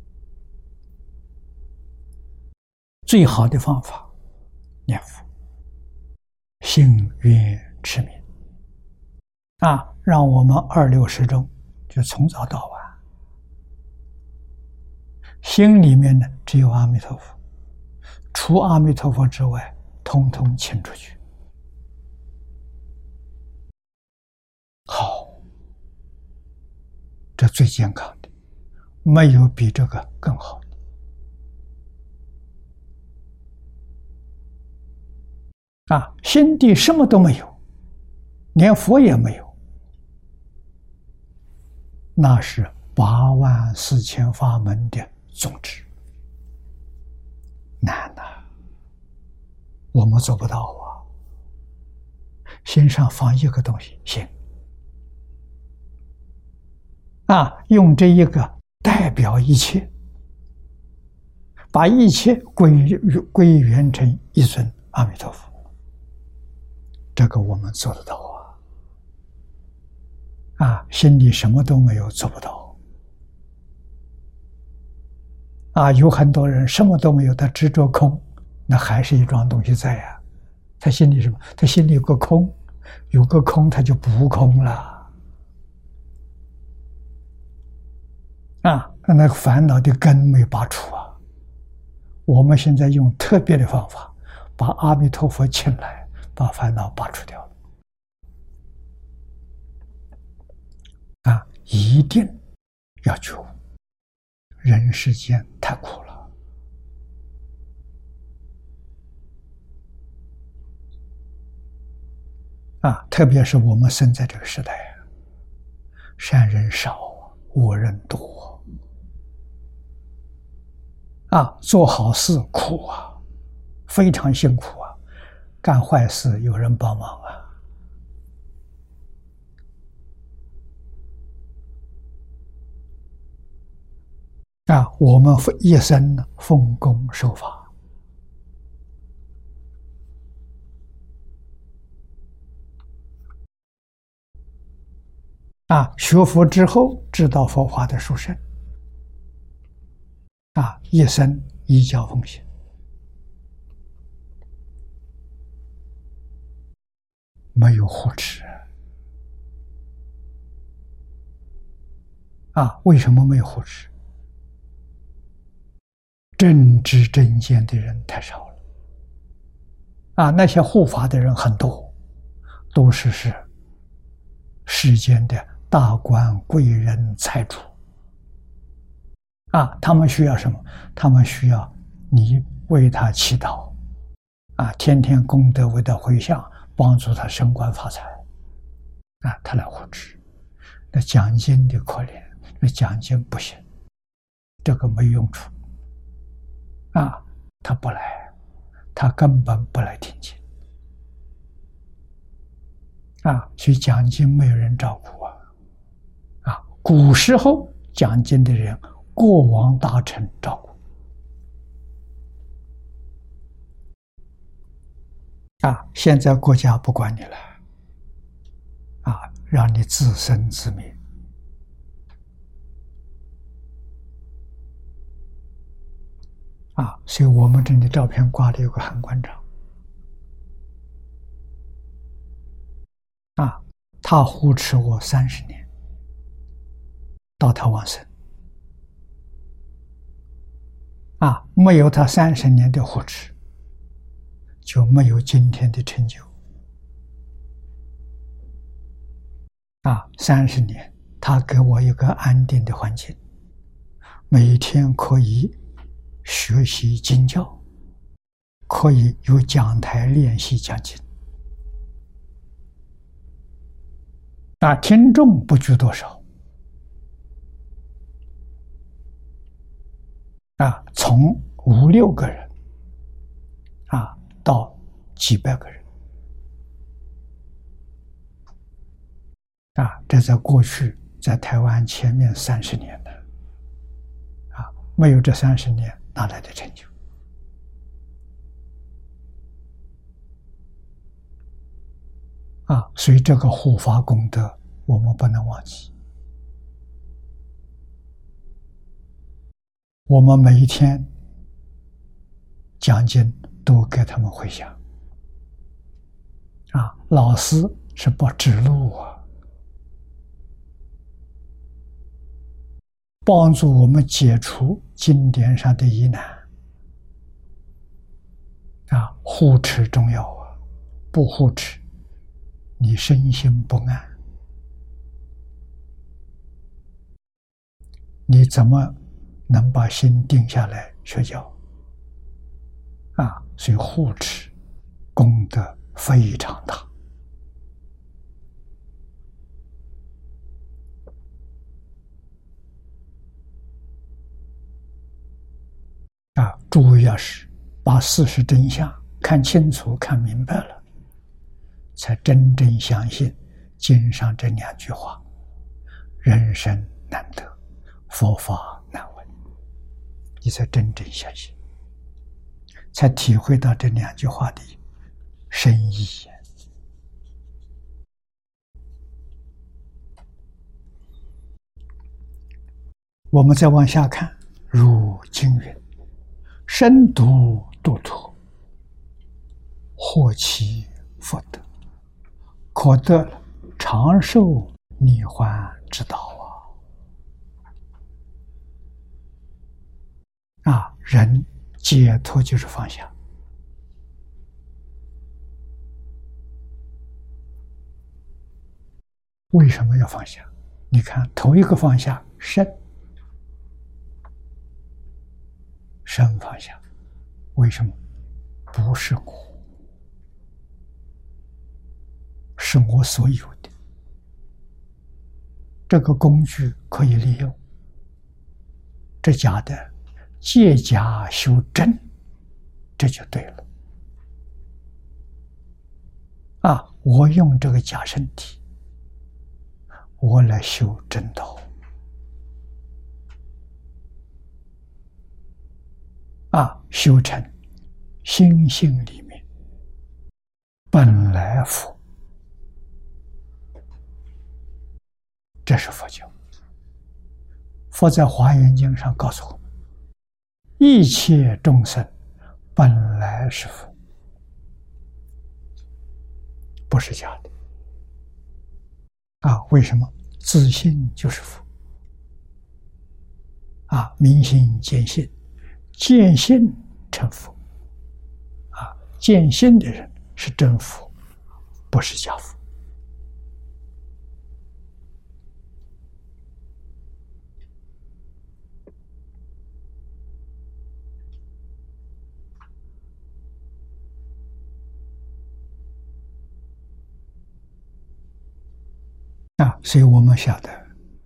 最好的方法念佛，信愿持名，让我们26时中就从早到晚，心里面呢只有阿弥陀佛，除阿弥陀佛之外，通通请出去。好，这最健康的，没有比这个更好的。心地什么都没有，连佛也没有，那是84000法门的宗旨，难啊，我们做不到啊。心上放一个东西，心用这一个代表一切，把一切归元成一尊阿弥陀佛，这个我们做得到心里什么都没有，做不到有很多人什么都没有，他执着空，那还是一桩东西在他心里什么？他心里有个空，有个空他就不空了那个烦恼的根没拔除我们现在用特别的方法，把阿弥陀佛请来，把烦恼拔除掉了一定要觉悟，人世间太苦了特别是我们生在这个时代善人少，恶人多做好事苦非常辛苦干坏事有人帮忙我们一生奉公守法学佛之后知道佛法的殊胜，一生依教奉行，没有护持。为什么没有护持？正知正见的人太少了。那些护法的人很多，都是世间的大官贵人财主。他们需要什么？他们需要你为他祈祷，天天功德为他回向，帮助他升官发财，他来护持。那讲经的可怜，那讲经不行，这个没用处。他不来，他根本不来听经。所以讲经没有人照顾古时候讲经的人，国王大臣照顾。现在国家不管你了，让你自生自灭。所以我们这里照片挂的有个韩馆长，他护持我30年，到他往生。没有他30年的护持，就没有今天的成就。30年，他给我一个安定的环境，每天可以学习经教，可以有讲台练习讲经。听众不拘多少，从5、6个人到几百个人。这在过去，在台湾前面30年的没有这30年哪来的成就？所以这个护法功德我们不能忘记。我们每一天讲经都给他们回向。老师是不指路帮助我们解除经典上的疑难。护持重要不护持你身心不安，你怎么能把心定下来学教？所以护持功德非常大。诸位要是把事实真相看清楚、看明白了，才真正相信经上这2句话：人生难得，佛法难闻。你才真正相信，才体会到这2句话的深意。我们再往下看，如经云：深读度脱，获其福德，可得长寿涅槃之道人解脱就是放下。为什么要放下？你看头一个放下身放下，为什么？不是我，是我所有的。这个工具可以利用，这假的借假修真，这就对了。我用这个假身体，我来修真道。修成心性里面本来佛， 这是佛教。佛在华严经上告诉我们，一切众生本来是佛，不是假的。为什么？自信就是佛。明心见性，见性成佛。见性的人是真佛，不是假佛。所以我们晓得，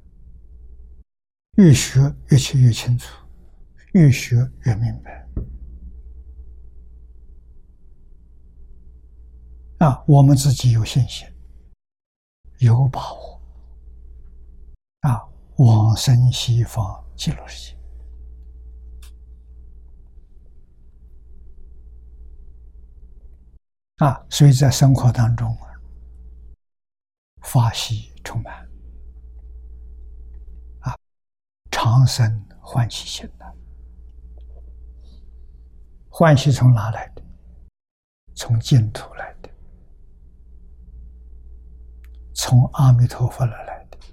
越学越去越清楚，越学越明白。我们自己有信心，有把握。往生西方极乐世界。所以在生活当中法喜充满，常生欢喜心的。欢喜从哪来的？从净土来的，从阿弥陀佛而来的。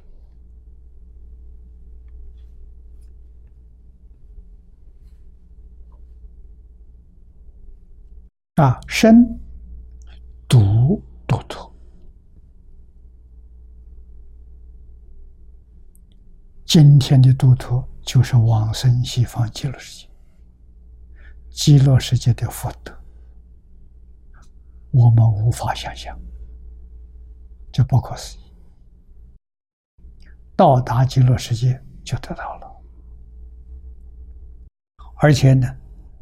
生度度脱，今天的度脱就是往生西方极乐世界。极乐世界的福德，我们无法想象，这不可思议。到达极乐世界就得到了，而且呢，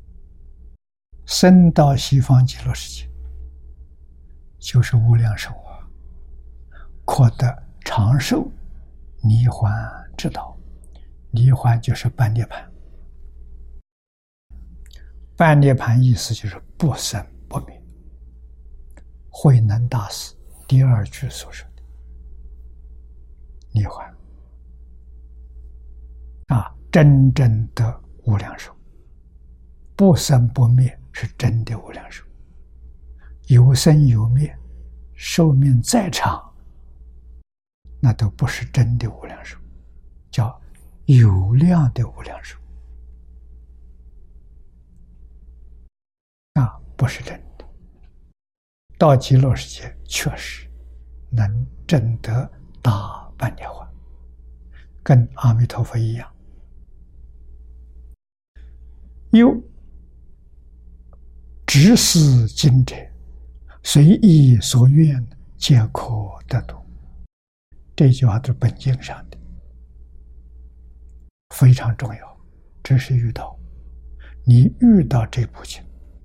生到西方极乐世界就是无量寿获得长寿涅槃之道。涅槃就是半涅槃，半涅槃意思就是不生不灭。慧能大师第二句所说的涅槃，真正的无量寿，不生不灭是真的无量寿。有生有灭，寿命再长，那都不是真的无量寿，叫有量的无量寿，不是真的。到极乐世界确实能证得大半涅槃，跟阿弥陀佛一样。又执事经者，随意所愿，皆可得度。这句话是本经上的，非常重要。这是遇到你遇到这部经，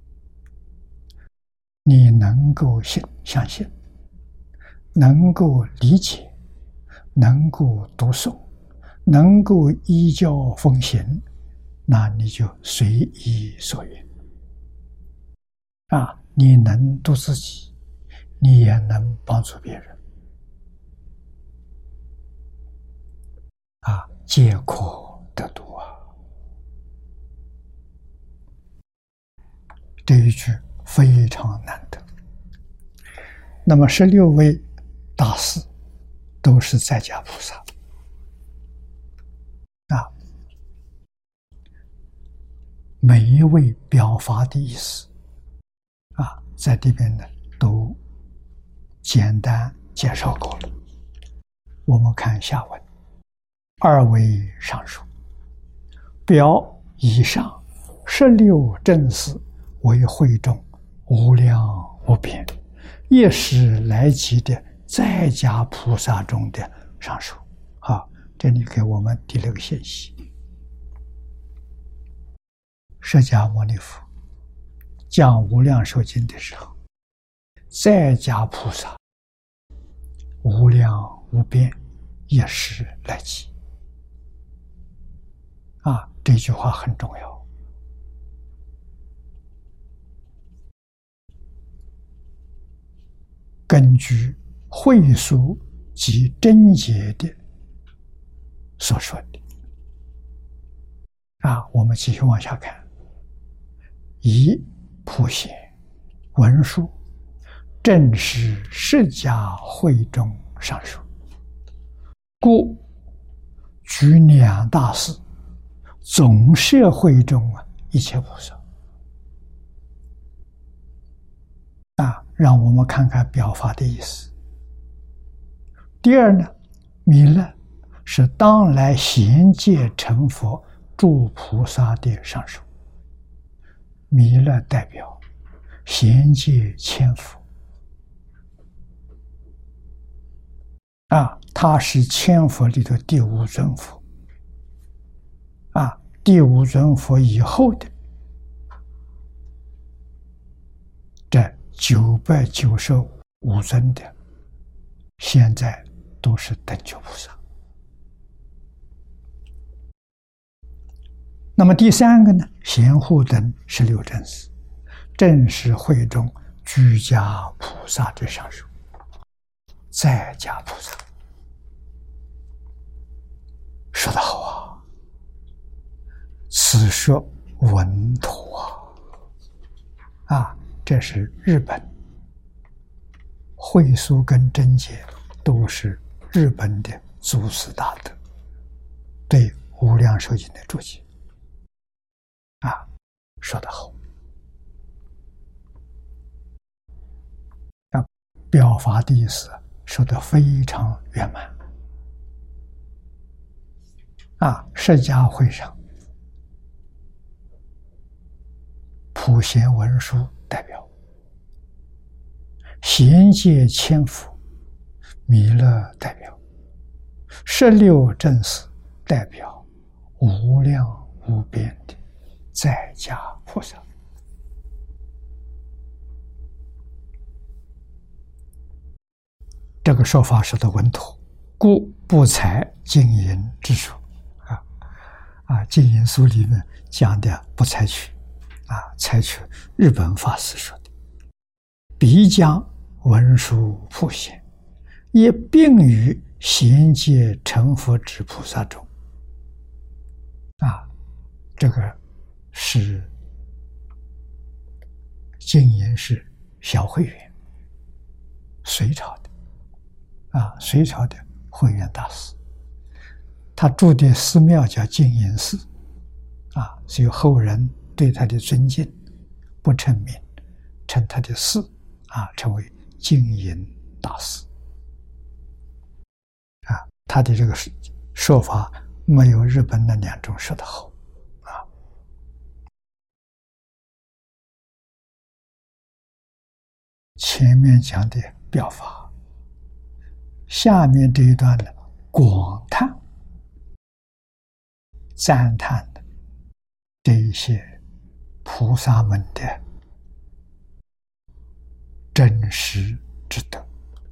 你能够相信，能够理解，能够读诵，能够依教奉行，那你就随意所愿。你能度自己，你也能帮助别人。皆可得度这一句非常难得。那么16位大士都是在家菩萨每一位表法的意思在这边呢都简单介绍过了。我们看下文，二为上述，表以上16正士为会众无量无边，一时来集的在家菩萨中的上述。这里给我们第6个信息。释迦牟尼佛讲无量寿经的时候，在家菩萨无量无边，一时来集。这句话很重要。根据慧疏及真解的所说的。我们继续往下看，以普贤文殊正是释迦会中上说，故举两大事，总摄会中一切菩萨。让我们看看表法的意思。第二呢，弥勒是当来贤界成佛诸菩萨的上首，弥勒代表贤界千佛他是千佛里的第五尊佛第五尊佛以后的这995尊的，现在都是等觉菩萨。那么第三个呢，贤护等16正士，正是会中居家菩萨之上首，在家菩萨。说得好此说稳妥这是日本慧疏跟真解都是日本的祖师大德对无量寿经的注解说得好表法的意思说得非常圆满释迦会上普贤文殊代表，贤界千佛弥勒代表，16正士代表无量无边的在家菩萨。这个说法说的稳妥，故不采净言之说净言书里面讲的不采取采取日本法师说的，必将文殊普贤也并于贤界成佛之菩萨中这个是净言是小慧远隋朝的隋朝的慧远大师，他住的寺庙叫净言寺所以后人对他的尊敬不称名，称他的寺称为净言大师他的这个说法没有日本那2种说得好前面讲的表法，下面这一段呢，广叹赞叹的这一些菩萨们的真实之德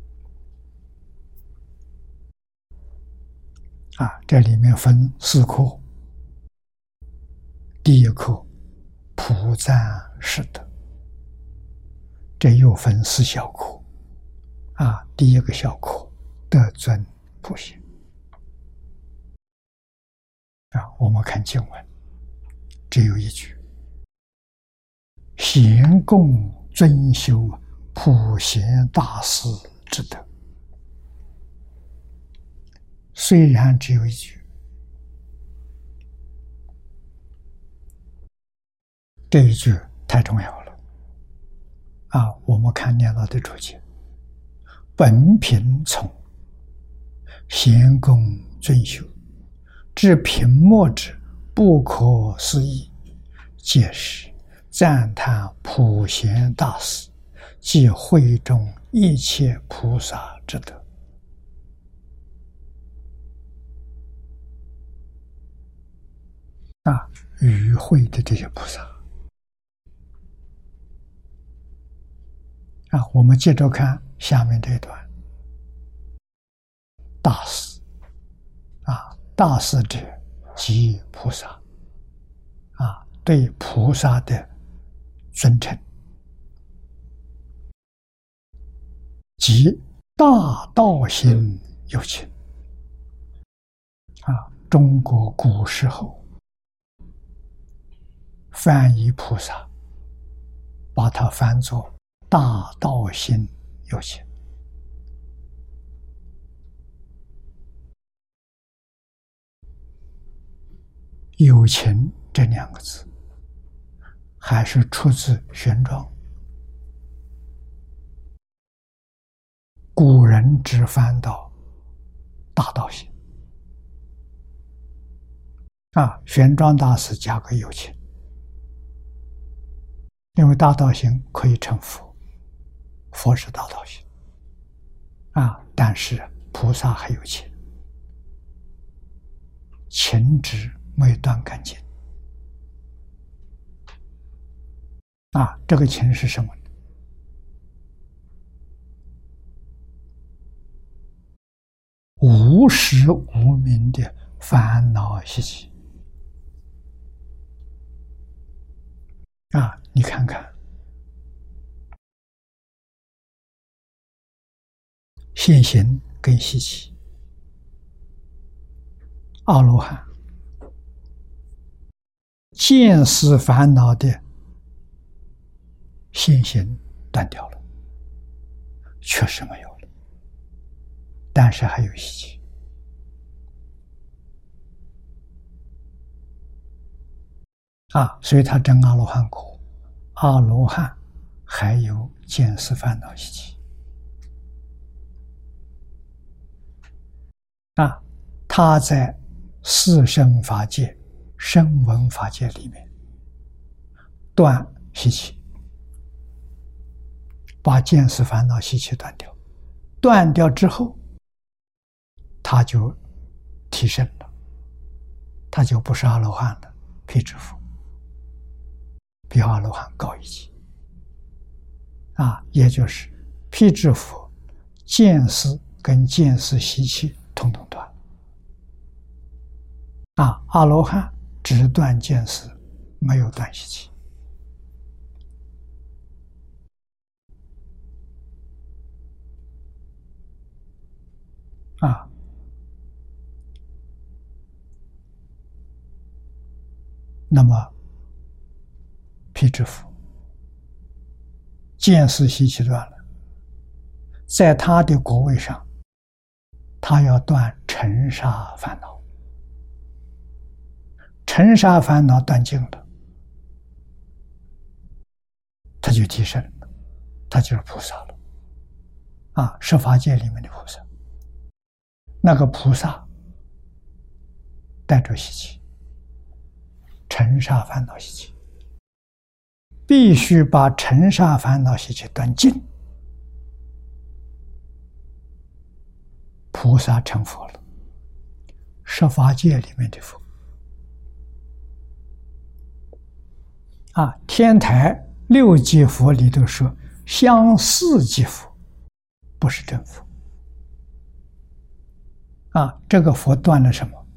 这里面分4科，第一科普赞是德，这又分4小科第一个小科德尊普贤我们看经文只有一句，贤供尊修普贤大师之德，虽然只有一句，这一句太重要了我们看念老的注解，本品从贤供尊修至品末之不可思议，皆是赞叹普贤大师即会中一切菩萨之德与会的这些菩萨我们接着看下面这一段，大师大师者即菩萨对菩萨的尊称，即大道心有情中国古时候翻译菩萨，把它翻作大道心有情。有情这两个字还是出自玄奘，古人只翻到大道心玄奘大师加个有情，因为大道心可以成佛，佛是大道心但是菩萨还有情，情执没断干净这个情是什么呢？无始无明的烦恼习气你看看现行跟习气，阿罗汉见思烦恼的现行断掉了，确实没有了，但是还有习气所以他证阿罗汉果，阿罗汉还有见思烦恼习气他在四圣法界、声闻法界里面断习气，把见思烦恼习气断掉，断掉之后他就提升了，他就不是阿罗汉了，辟支佛，比阿罗汉高一级也就是辟支佛见思跟见思习气统统断阿罗汉只断见思，没有断习气那么辟支佛见思习气断了，在他的果位上，他要断尘沙烦恼，尘沙烦恼断尽了，他就提升了，他就是菩萨了十法界里面的菩萨。那个菩萨带着习气，尘沙烦恼习气，必须把尘沙烦恼习气断尽，菩萨成佛了。十法界里面的佛天台六界佛里头说相似即佛，不是真佛这个佛断了什么？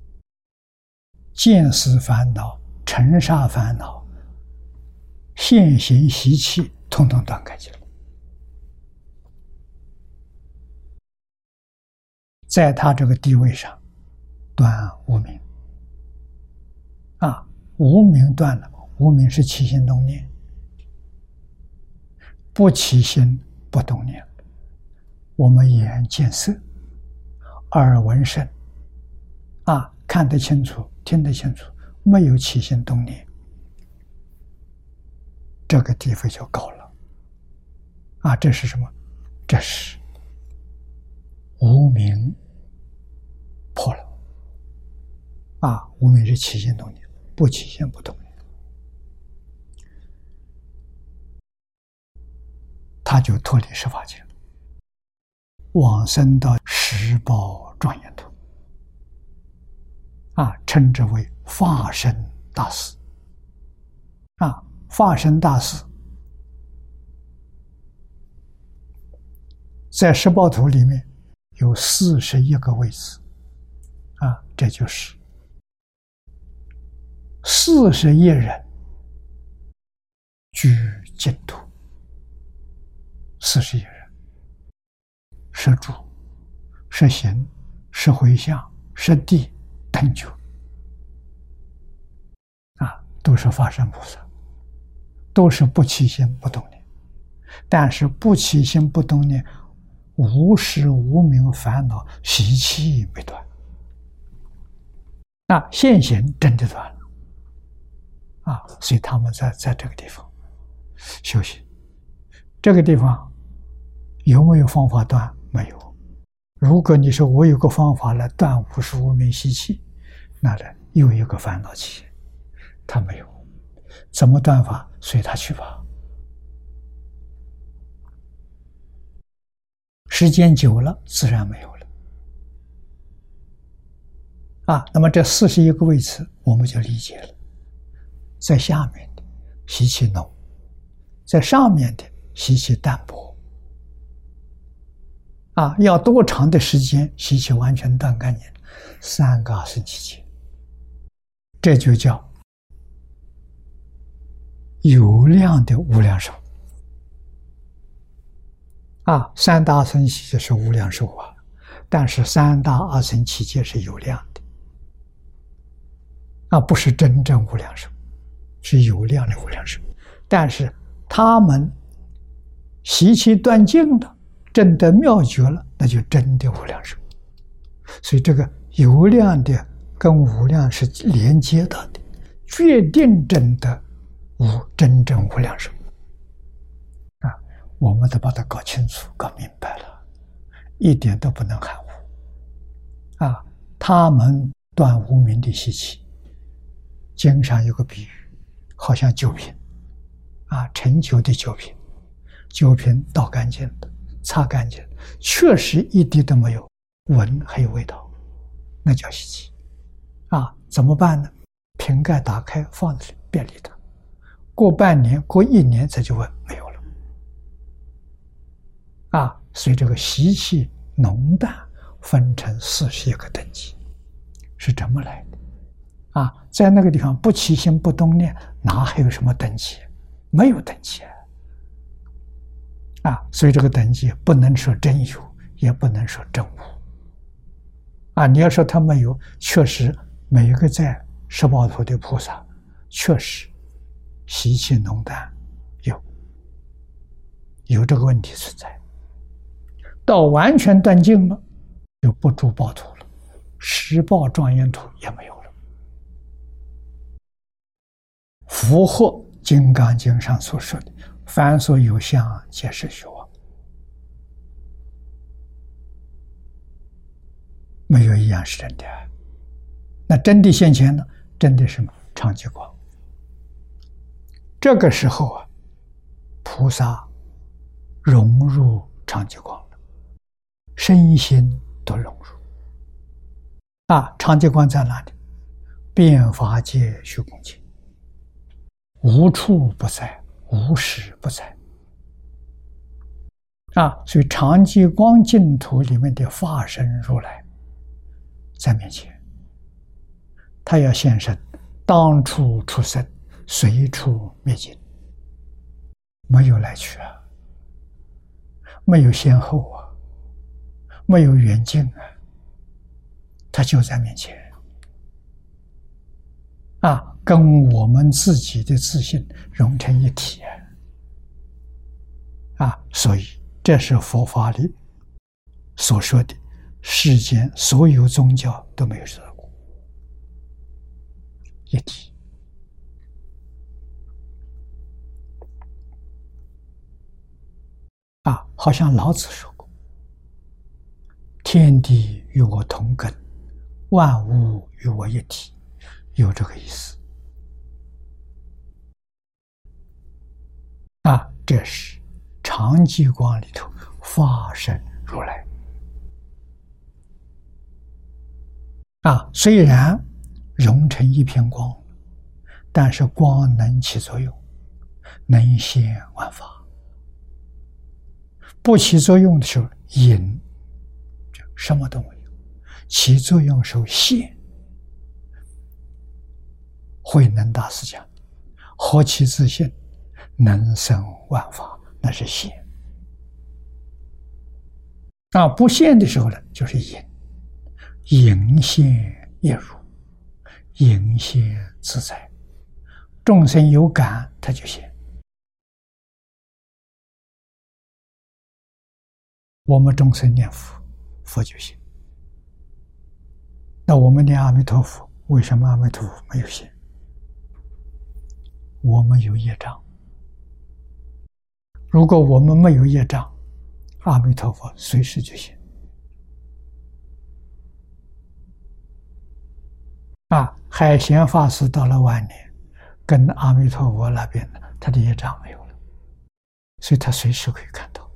见思烦恼、尘沙烦恼、现行习气统统断开去了。在他这个地位上断无明无明断了，无明是起心动念，不起心不动念，我们眼见色，耳闻声看得清楚，听得清楚，没有起心动念，这个地位就高了这是什么？这是无明破了无明是起心动念，不起心不动念，他就脱离十法界了，往生到十宝庄严土称之为法身大士法身大士在十宝土里面有41个位置这就是41人居净土，41人，摄住、摄行、摄回向、摄地等觉都是法身菩萨，都是不起心不动念。但是不起心不动念，无始无明烦恼习气没断，现行真的断了所以他们在这个地方修行。这个地方有没有方法断？没有。如果你说我有个方法来断无始无明习气，那又一个烦恼起现，他没有。怎么断法？随他去吧。时间久了，自然没有了。那么这41个位次，我们就理解了。在下面的习气浓，在上面的习气淡薄。要多长的时间习气完全断干净？3个阿僧祇劫，这就叫有量的无量寿。3大阿僧祇劫是无量寿但是3大阿僧祇劫是有量的，不是真正无量寿，是有量的无量寿。但是他们习气断尽了，证得妙觉了，那就真的无量寿。所以这个有量的跟无量是连接到的，决定证得真正无量寿。我们得把它搞清楚、搞明白了，一点都不能含糊。他们断无明的习气，经上有个比喻，好像酒瓶盛酒的酒瓶，酒瓶倒干净的，擦干净，确实一滴都没有，闻还有味道，那叫习气。怎么办呢？瓶盖打开放在别理它，过半年、过1年再去闻，没有了。所以这个习气浓淡分成41个等级，是这么来的。在那个地方不起心不动念，哪还有什么等级？没有等级所以这个等级不能说真有，也不能说真无。你要说他没有，确实每一个在十报图的菩萨，确实习气浓淡有这个问题存在。到完全断尽了，就不住报图了，十报庄严图也没有了，符合《金刚经》上所说的凡所有相，皆是虚妄，没有一样是真的。那真的现前呢？真的什么？常寂光。这个时候菩萨融入常寂光了，身心都融入。常寂光在哪里？遍法界虚空界，无处不在，无时不在。所以常寂光净土里面的法身如来在面前，他要现身，当处出生，随处灭尽，没有来去没有先后没有远近他就在面前跟我们自己的自信融成一体所以这是佛法里所说的世间所有宗教都没有做过一体好像老子说过，天地与我同根，万物与我一体，有这个意思这是常寂光里头法身如来虽然融成一片光，但是光能起作用，能现万法。不起作用的时候隐，什么都没有；起作用的时候现。慧能大师讲，何其自性，能生万法，那是现。不现的时候呢，就是隐，隐现一如。 隐现自在，众生有感，他就现。我们众生念佛，佛就现。那我们念阿弥陀佛，为什么阿弥陀佛没有现？我们有业障。如果我们没有业障，阿弥陀佛随时就现。海贤法师到了晚年，跟阿弥陀佛那边的他的业障没有了，所以他随时可以看到。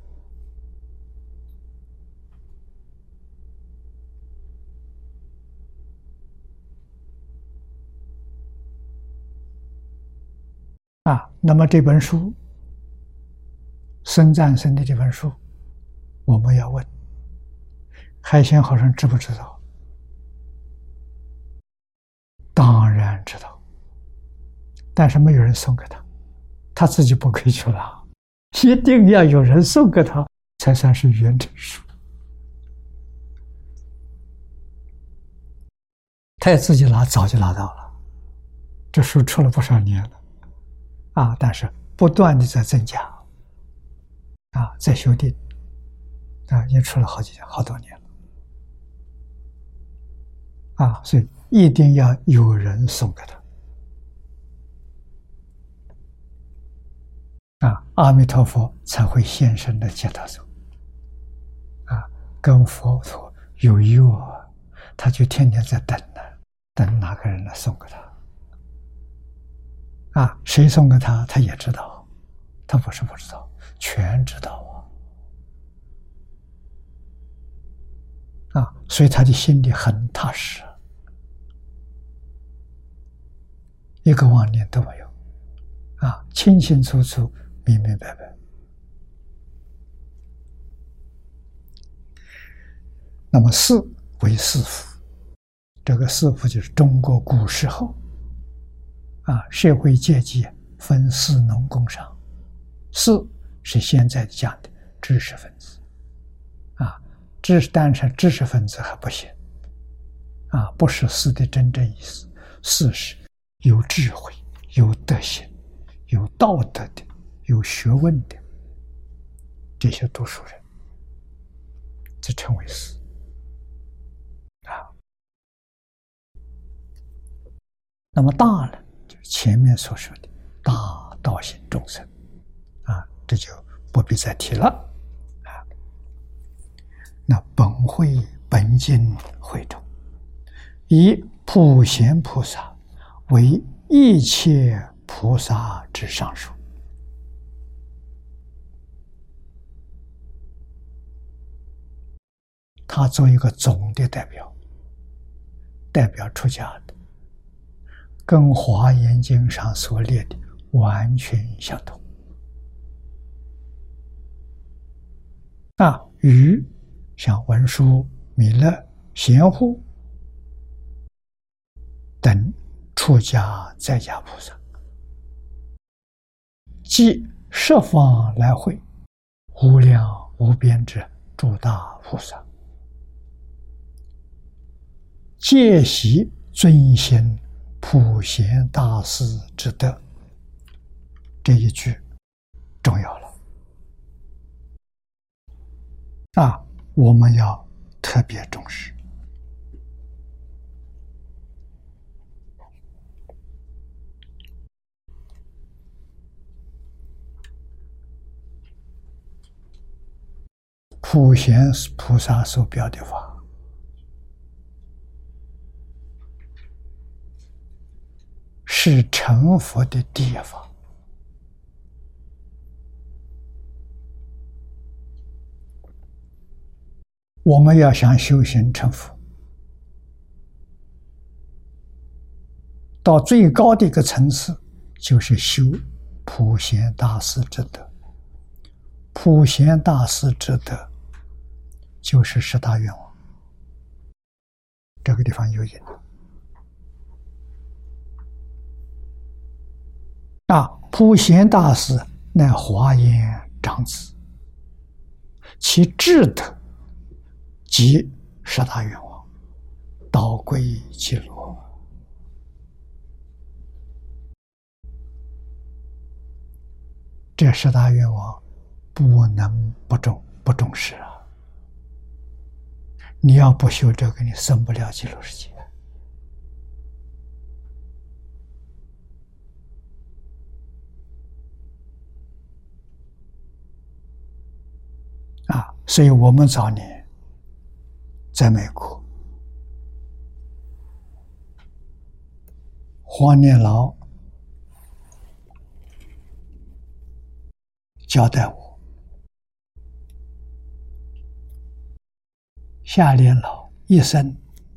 那么这本书僧赞生的这本书，我们要问海贤和尚知不知道？当然知道，但是没有人送给他，他自己不可以去拿，一定要有人送给他，才算是圆成书。他也自己拿，早就拿到了，这书出了不少年了，但是不断的在增加，在修订，已经出了好多年了，所以一定要有人送给他，阿弥陀佛才会现身的解脱走，跟佛陀有约，他就天天在等呢，等哪个人来送给他，谁送给他，他也知道，他不是不知道，全知道所以他的心里很踏实，一个妄念都没有，清清楚楚，明明白白。那么四为四福，这个四福就是中国古时候社会阶级分四农工商，四是现在讲的知识分子，但是知识分子还不行，不是四的真正意思，四是有智慧、有德行、有道德的、有学问的这些读书人，这称为四。那么大呢，就是前面所说的大道行众生，这就不必再提了。那本会本经会中，以普贤菩萨为一切菩萨之上首，他做一个总的代表出家的，跟《华严经》上所列的完全相同。与像文殊、弥勒、贤护等出家在家菩萨，即十方来会无量无边之诸大菩萨，皆悉遵行普贤大士之德。这一句重要了，我们要特别重视。普贤菩萨所表的法，是成佛的第一法。我们要想修行成佛，到最高的一个层次，就是修普贤大士之德。普贤大士之德，就是十大愿望。这个地方有引。普贤大士乃华严长子，其智德即十大愿望，导归极乐。 这十大愿望不能不重视啊！你要不修这个，你生不了极乐世界啊！所以我们早年在美国，黄念老交代我，夏莲老一生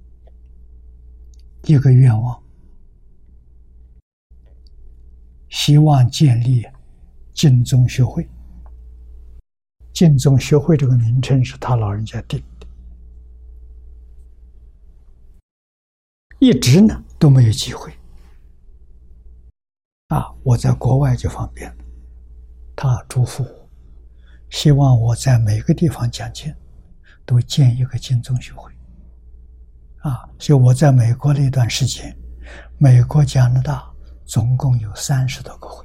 一个愿望，希望建立净宗学会。净宗学会这个名称是他老人家定的，一直呢都没有机会啊！我在国外就方便了，他嘱咐我，希望我在每个地方讲经都建一个净宗学会啊！所以我在美国那段时间，美国加拿大总共有30多个会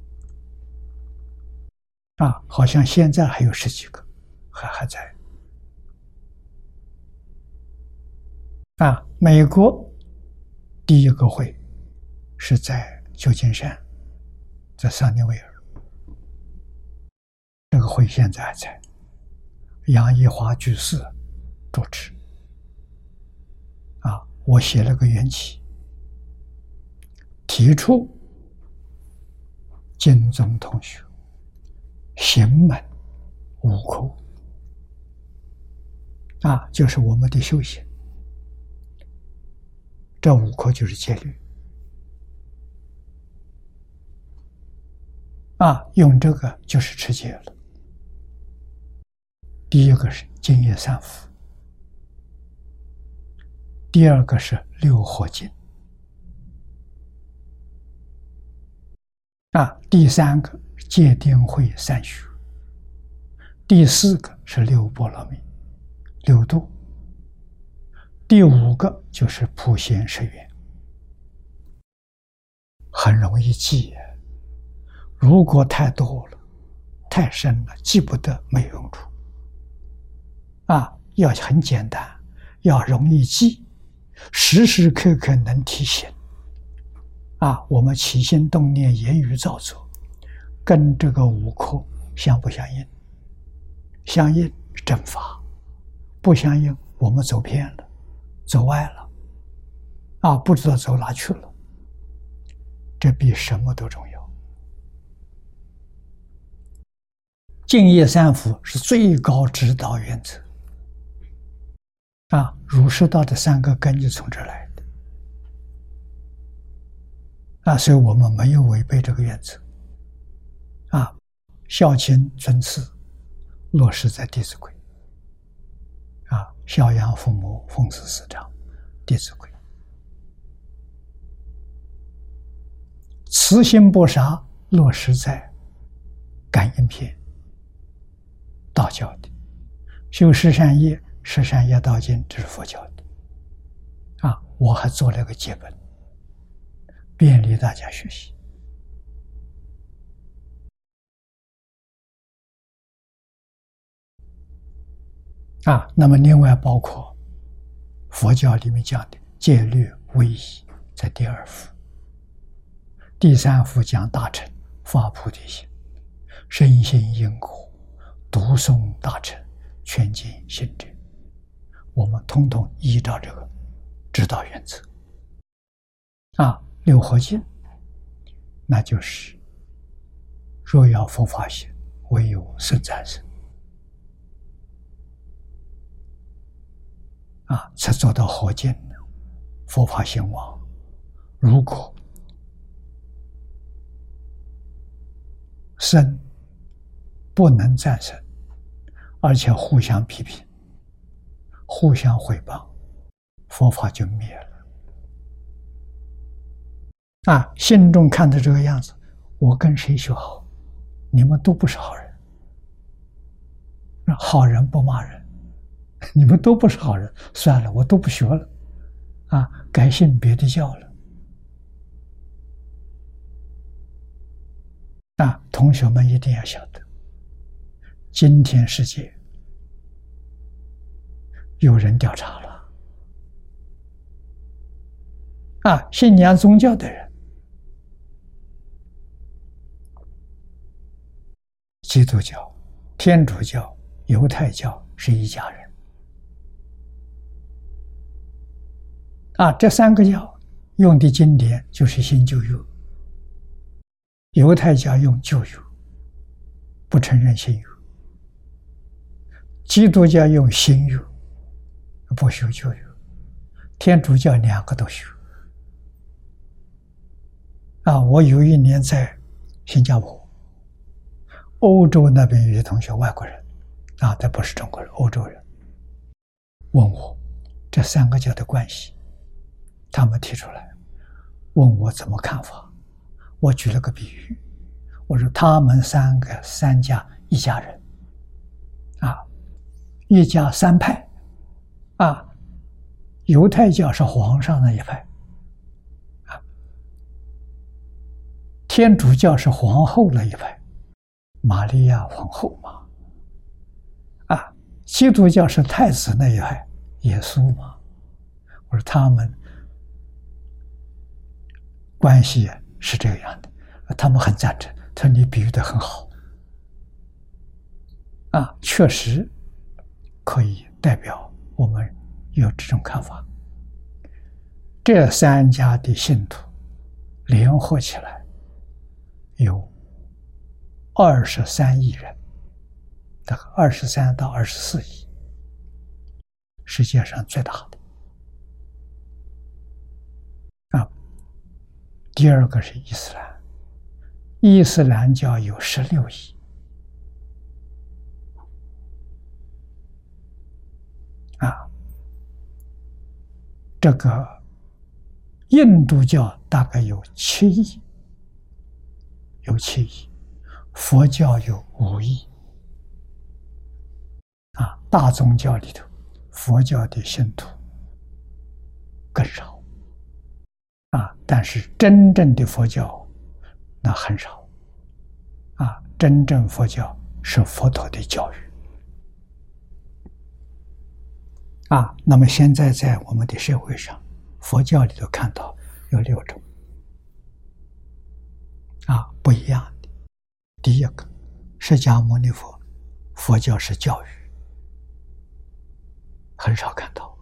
啊，好像现在还有10几个还在啊。美国第一个会是在旧金山，在桑尼维尔，这个会现在还在，杨益华居士主持啊。我写了个缘起，提出净宗同学行门5口啊，就是我们的修行。这5口就是戒律啊，用这个就是持戒了。第一个是净业三福，第二个是六合敬啊，第三个戒定慧三学，第4个是六波罗蜜六度，第5个就是普贤十愿，很容易记。如果太多了太深了，记不得没用处啊！要很简单，要容易记，时时刻刻能提醒啊！我们起心动念言语造作跟这个5口相不相应？相应是正法，不相应我们走偏了，走歪了啊！不知道走哪去了，这比什么都重要。净业三福是最高指导原则啊，儒释道的3个根就从这儿来的啊，所以我们没有违背这个原则啊。孝亲尊次落实在《弟子规》啊，孝养父母，奉事师长，《弟子规》。慈心不杀落实在《感应篇》，道教的；修十善业，十善业道经，这是佛教的啊。我还做了个结本，便利大家学习啊。那么另外包括佛教里面讲的戒律威仪，在第2幅，第3幅讲大乘发菩提心，深信因果，读诵大乘，劝进行者，我们统统依照这个指导原则啊。六合敬，那就是若要佛法行，唯有僧赞僧啊，才做到合敬的佛法兴旺。如果僧不能赞成，而且互相批评，互相诽谤，佛法就灭了啊！心中看到这个样子，我跟谁学好？你们都不是好人，好人不骂人，你们都不是好人，算了，我都不学了啊，改信别的教了啊。 同学们一定要晓得，今天世界有人调查了信仰宗教的人，基督教、天主教、犹太教是一家人这三个教用的经典就是新旧约，犹太教用旧约，不承认新约；基督教用新约，不修旧约；天主教两个都修。我有一年在新加坡，欧洲那边有些同学，外国人这不是中国人，欧洲人问我这三个教的关系，他们提出来问我怎么看法。我举了个比喻，我说他们三家一家人一家三派犹太教是皇上那一派天主教是皇后那一派，玛利亚皇后嘛基督教是太子那一派，耶稣嘛。我说他们关系是这样的，他们很赞成。他说你比喻得很好确实可以代表我们有这种看法。这三家的信徒联合起来有23亿人，大概23到24亿，世界上最大的第二个是伊斯兰，伊斯兰教有16亿这个印度教大概有7亿，佛教有5亿大宗教里头佛教的信徒更少但是真正的佛教那很少真正佛教是佛陀的教育那么现在在我们的社会上，佛教里头看到有6种不一样的。第一个，释迦牟尼佛，佛教是教育，很少看到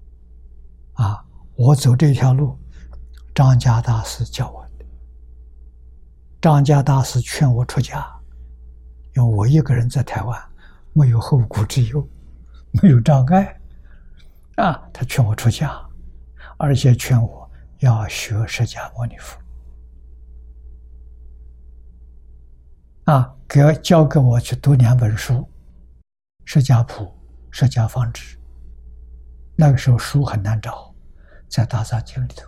我走这条路，张家大师教我的。张家大师劝我出家，因为我一个人在台湾，没有后顾之忧，没有障碍他劝我出家，而且劝我要学释迦牟尼佛教给我去读2本书，释迦谱、释迦方志。那个时候书很难找，在大藏经里头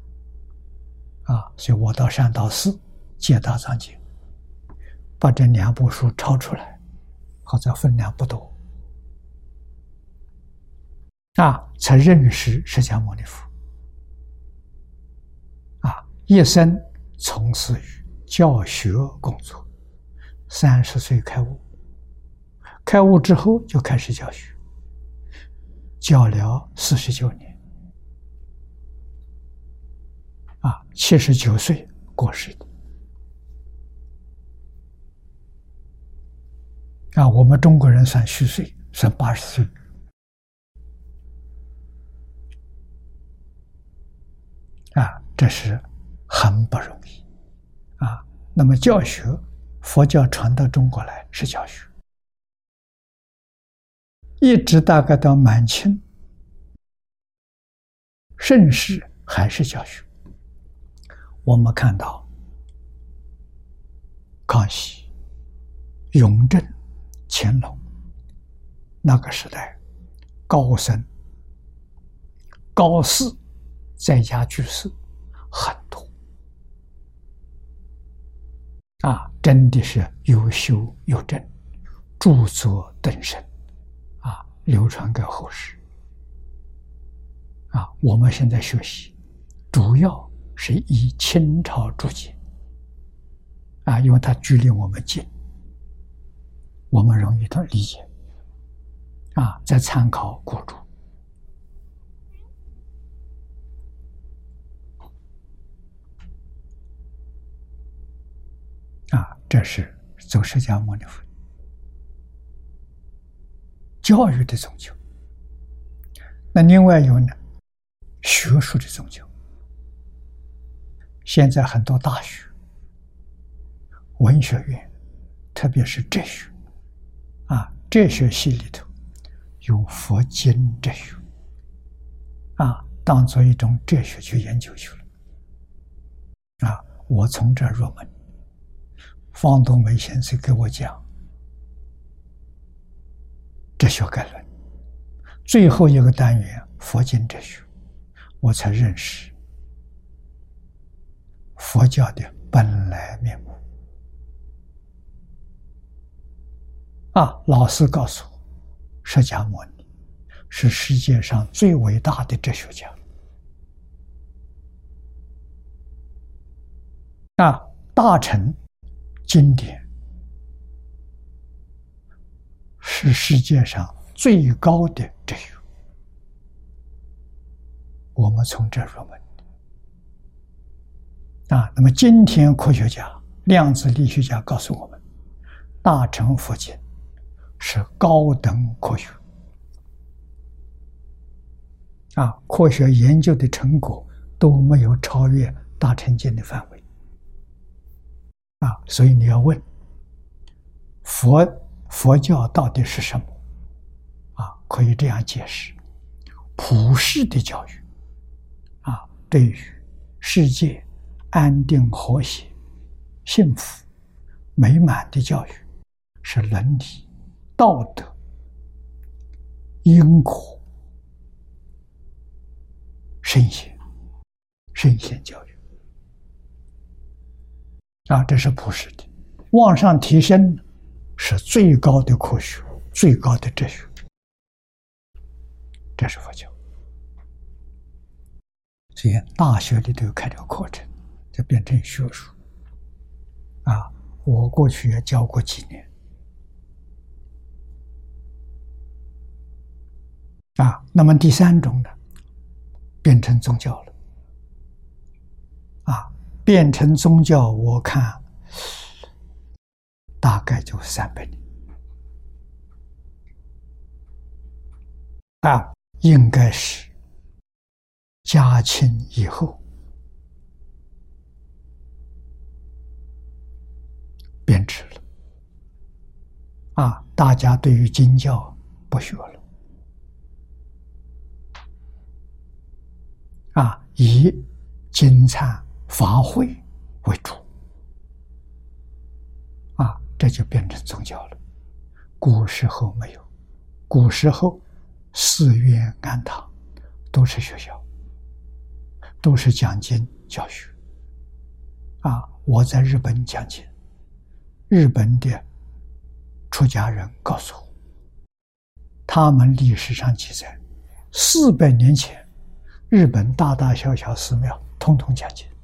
所以我到善导寺借大藏经，把这2部书抄出来，好在分量不多才认识释迦牟尼佛一生从事于教学工作，30岁开悟，开悟之后就开始教学，教了49年79岁过世的我们中国人算虚岁，算80岁这是很不容易那么教学，佛教传到中国来是教学，一直大概到满清盛世还是教学。我们看到康熙、雍正、乾隆那个时代，高僧高士在家居士很多真的是有修有证，著作登生流传给后世我们现在学习主要是以清朝注解因为它距离我们近，我们容易的理解再参考古注这是走释迦牟尼佛教育的宗教。那另外有呢，学术的宗教。现在很多大学、文学院，特别是哲学哲学系里头有佛经哲学当做一种哲学去研究去了我从这入门，方东梅先生给我讲哲学概论，最后一个单元佛经哲学，我才认识佛教的本来面目老师告诉我，释迦牟尼是世界上最伟大的哲学家大乘经典是世界上最高的哲学，我们从这入门那么今天科学家、量子力学家告诉我们，大乘佛经是高等科学科学研究的成果都没有超越大乘经的范围所以你要问佛教到底是什么可以这样解释，普世的教育对于世界安定和谐、幸福美满的教育，是伦理、道德、因果、圣贤教育这是普世的。往上提升是最高的科学、最高的哲学，这是佛教。所以大学里头有开这个课程，就变成学术我过去也教过几年那么第三种呢，变成宗教了变成宗教，我看大概就300年应该是嘉庆以后变质了大家对于经教不学了以经忏法会为主这就变成宗教了。古时候没有，古时候寺院庵堂都是学校，都是讲经教学我在日本讲经，日本的出家人告诉我，他们历史上记载400年前日本大大小小寺庙统统讲经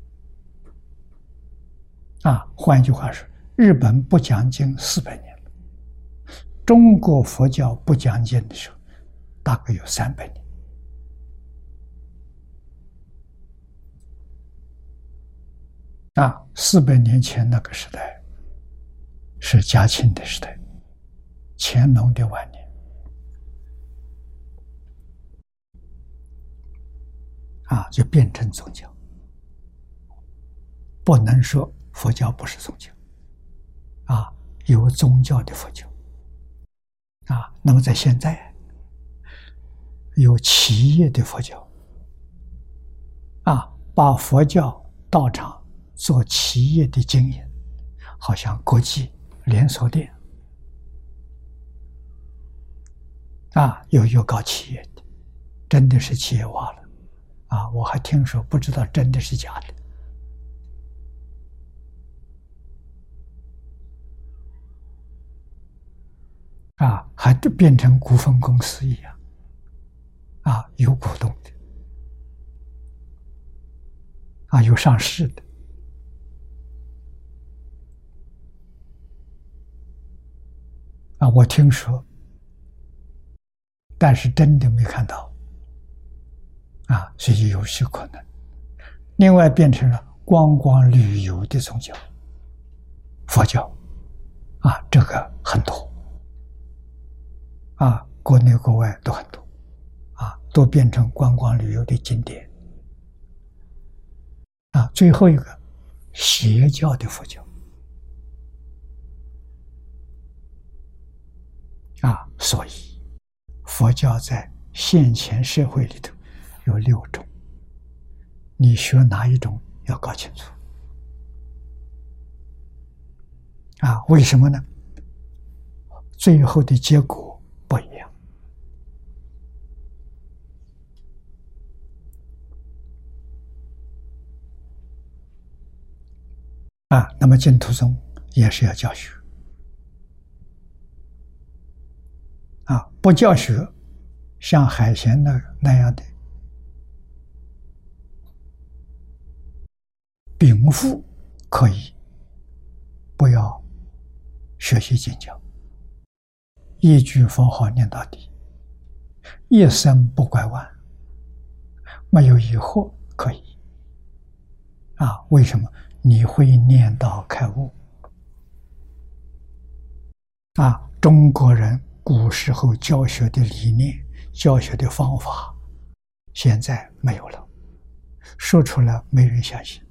换一句话说，日本不讲经400年了，中国佛教不讲经的时候大概有300年400年前那个时代是嘉庆的时代，乾隆的晚年就变成宗教。不能说佛教不是宗教有宗教的佛教那么在现在有企业的佛教把佛教道场做企业的经营，好像国际连锁店有搞企业的，真的是企业化了我还听说，不知道真的是假的还变成股份公司一样有股东的有上市的我听说，但是真的没看到所以有些可能。另外变成了观光旅游的宗教，佛教这个很多国内国外都很多都变成观光旅游的景点最后一个邪教的佛教所以佛教在现前社会里头有6种，你学哪一种要搞清楚为什么呢？最后的结果不一样那么净土宗也是要教学不教学，像海贤那样的禀赋可以，不要学习经教，一句佛号念到底，一生不拐弯，没有疑惑可以为什么？你会念到开悟中国人古时候教学的理念、教学的方法现在没有了，说出来没人相信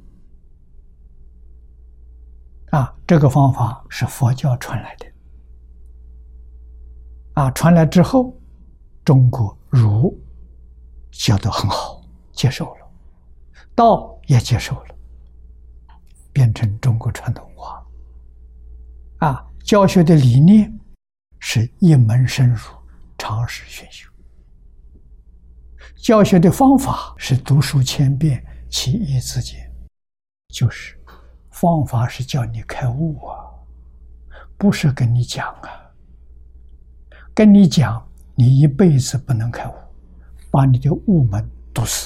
这个方法是佛教传来的传来之后，中国儒教得很好，接受了，道也接受了，变成中国传统文化教学的理念是一门深入，常识熏修，教学的方法是读书千遍，其义自见，就是方法是叫你开悟不是跟你讲跟你讲你一辈子不能开悟，把你的悟门堵死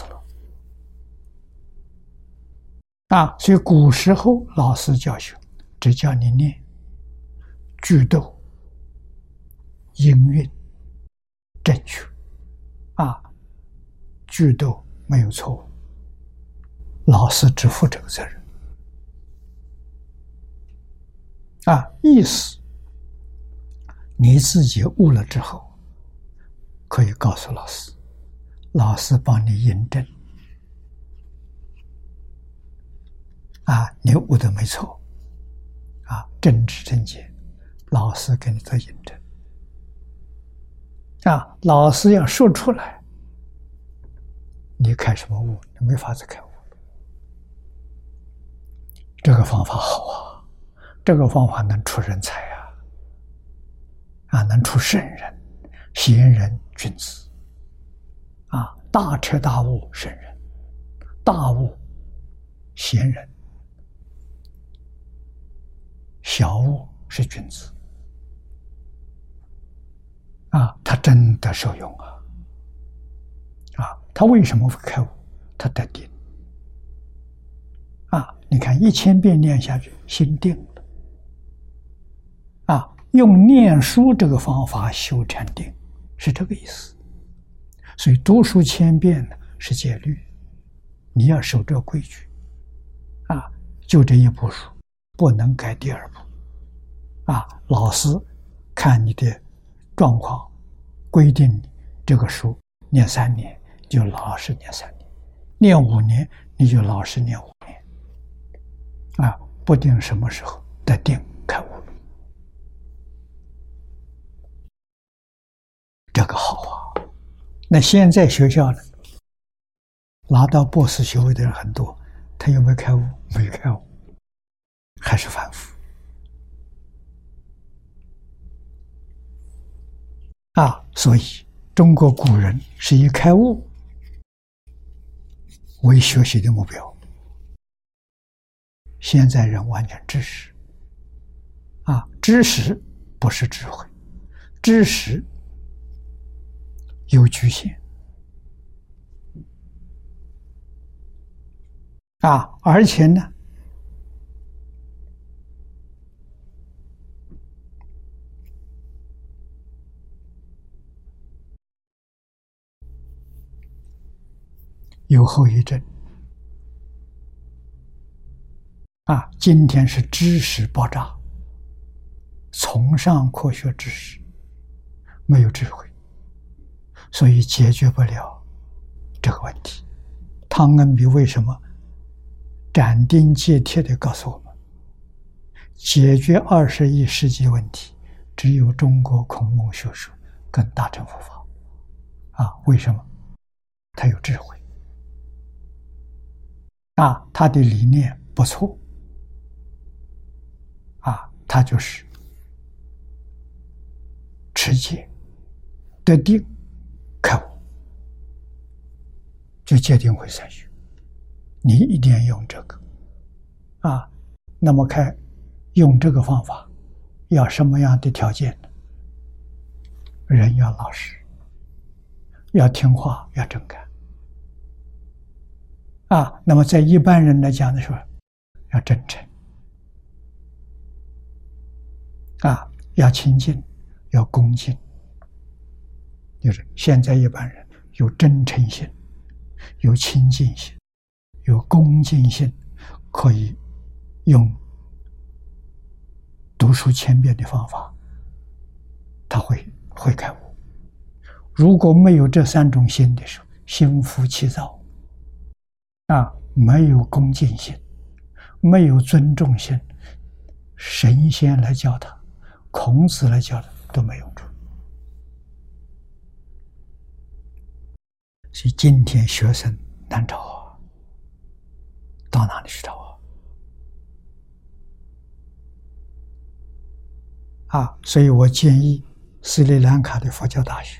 了所以古时候老师教学只叫你念句读音韵正确句读没有错误，老师只负这个责任意思你自己悟了之后可以告诉老师，老师帮你印证你悟的没错正知正见，老师给你做印证老师要说出来，你开什么悟？你没法子开悟。这个方法好这个方法能出人才能出圣人、贤人、君子大彻大悟圣人，大悟贤人，小悟是君子他真的受用他为什么会开悟？他得定你看1000遍念下去，心定了用念书这个方法修禅定，是这个意思。所以读书1000遍呢是戒律，你要守这规矩就这一部书不能改第二部老师看你的状况，规定你这个书念3年就老实念3年，念5年你就老实念5年不定什么时候得定开悟，这个好那现在学校呢，拿到博士学位的人很多，他有没有开悟？没开悟，还是反复所以中国古人是以开悟为学习的目标，现在人完全知识知识不是智慧，知识有局限而且呢， 有后遗症。今天是知识爆炸，崇尚科学知识，没有智慧，所以解决不了这个问题。汤恩比为什么斩钉截铁地告诉我们，解决21世纪问题，只有中国孔孟学术跟大乘佛法。为什么？他有智慧。他的理念不错。他就是持戒、得定、开悟，就戒定慧三学。你一定要用这个那么用这个方法要什么样的条件呢？人要老实，要听话，要真干那么在一般人来讲的时候，要真诚要亲近，要恭敬。就是现在一般人有真诚心，有亲近心，有恭敬心，可以用读书千遍的方法，他会开悟。如果没有这三种心的时候，心浮气躁没有恭敬心，没有尊重心，神仙来教他，孔子来教他都没用处。所以今天学生难找到哪里去找所以我建议斯里兰卡的佛教大学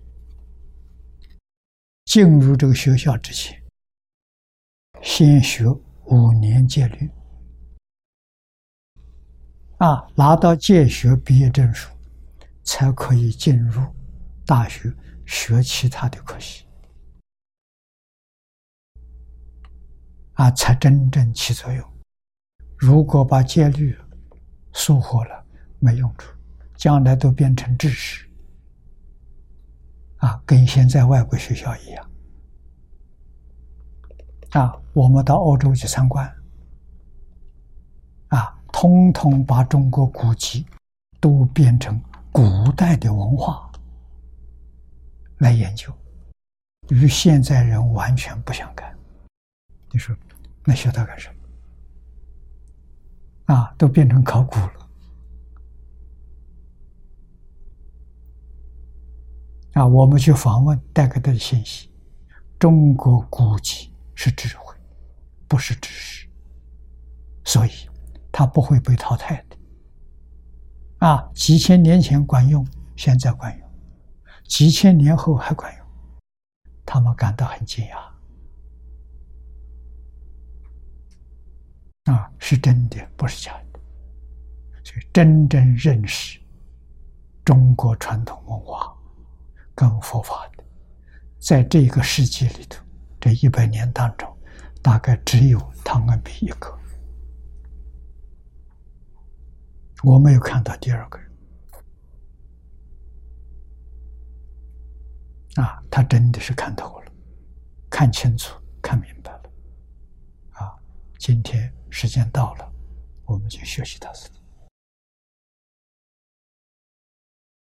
进入这个学校之前，先学5年戒律拿到戒学毕业证书，才可以进入大学学其他的科系才真正起作用。如果把戒律疏忽了，没用处，将来都变成知识跟现在外国学校一样我们到欧洲去参观通通把中国古籍都变成古代的文化来研究，与现在人完全不相干。你说那学它干什么都变成考古了我们去访问带给他的信息，中国古籍是智慧，不是知识，所以它不会被淘汰的几千年前管用，现在管用，几千年后还管用，他们感到很惊讶是真的，不是假的。所以真正认识中国传统文化跟佛法的，在这个世纪里头，这100年当中，大概只有汤恩比一个，我没有看到第二个人他真的是看透了，看清楚，看明白了今天时间到了，我们就学习到此。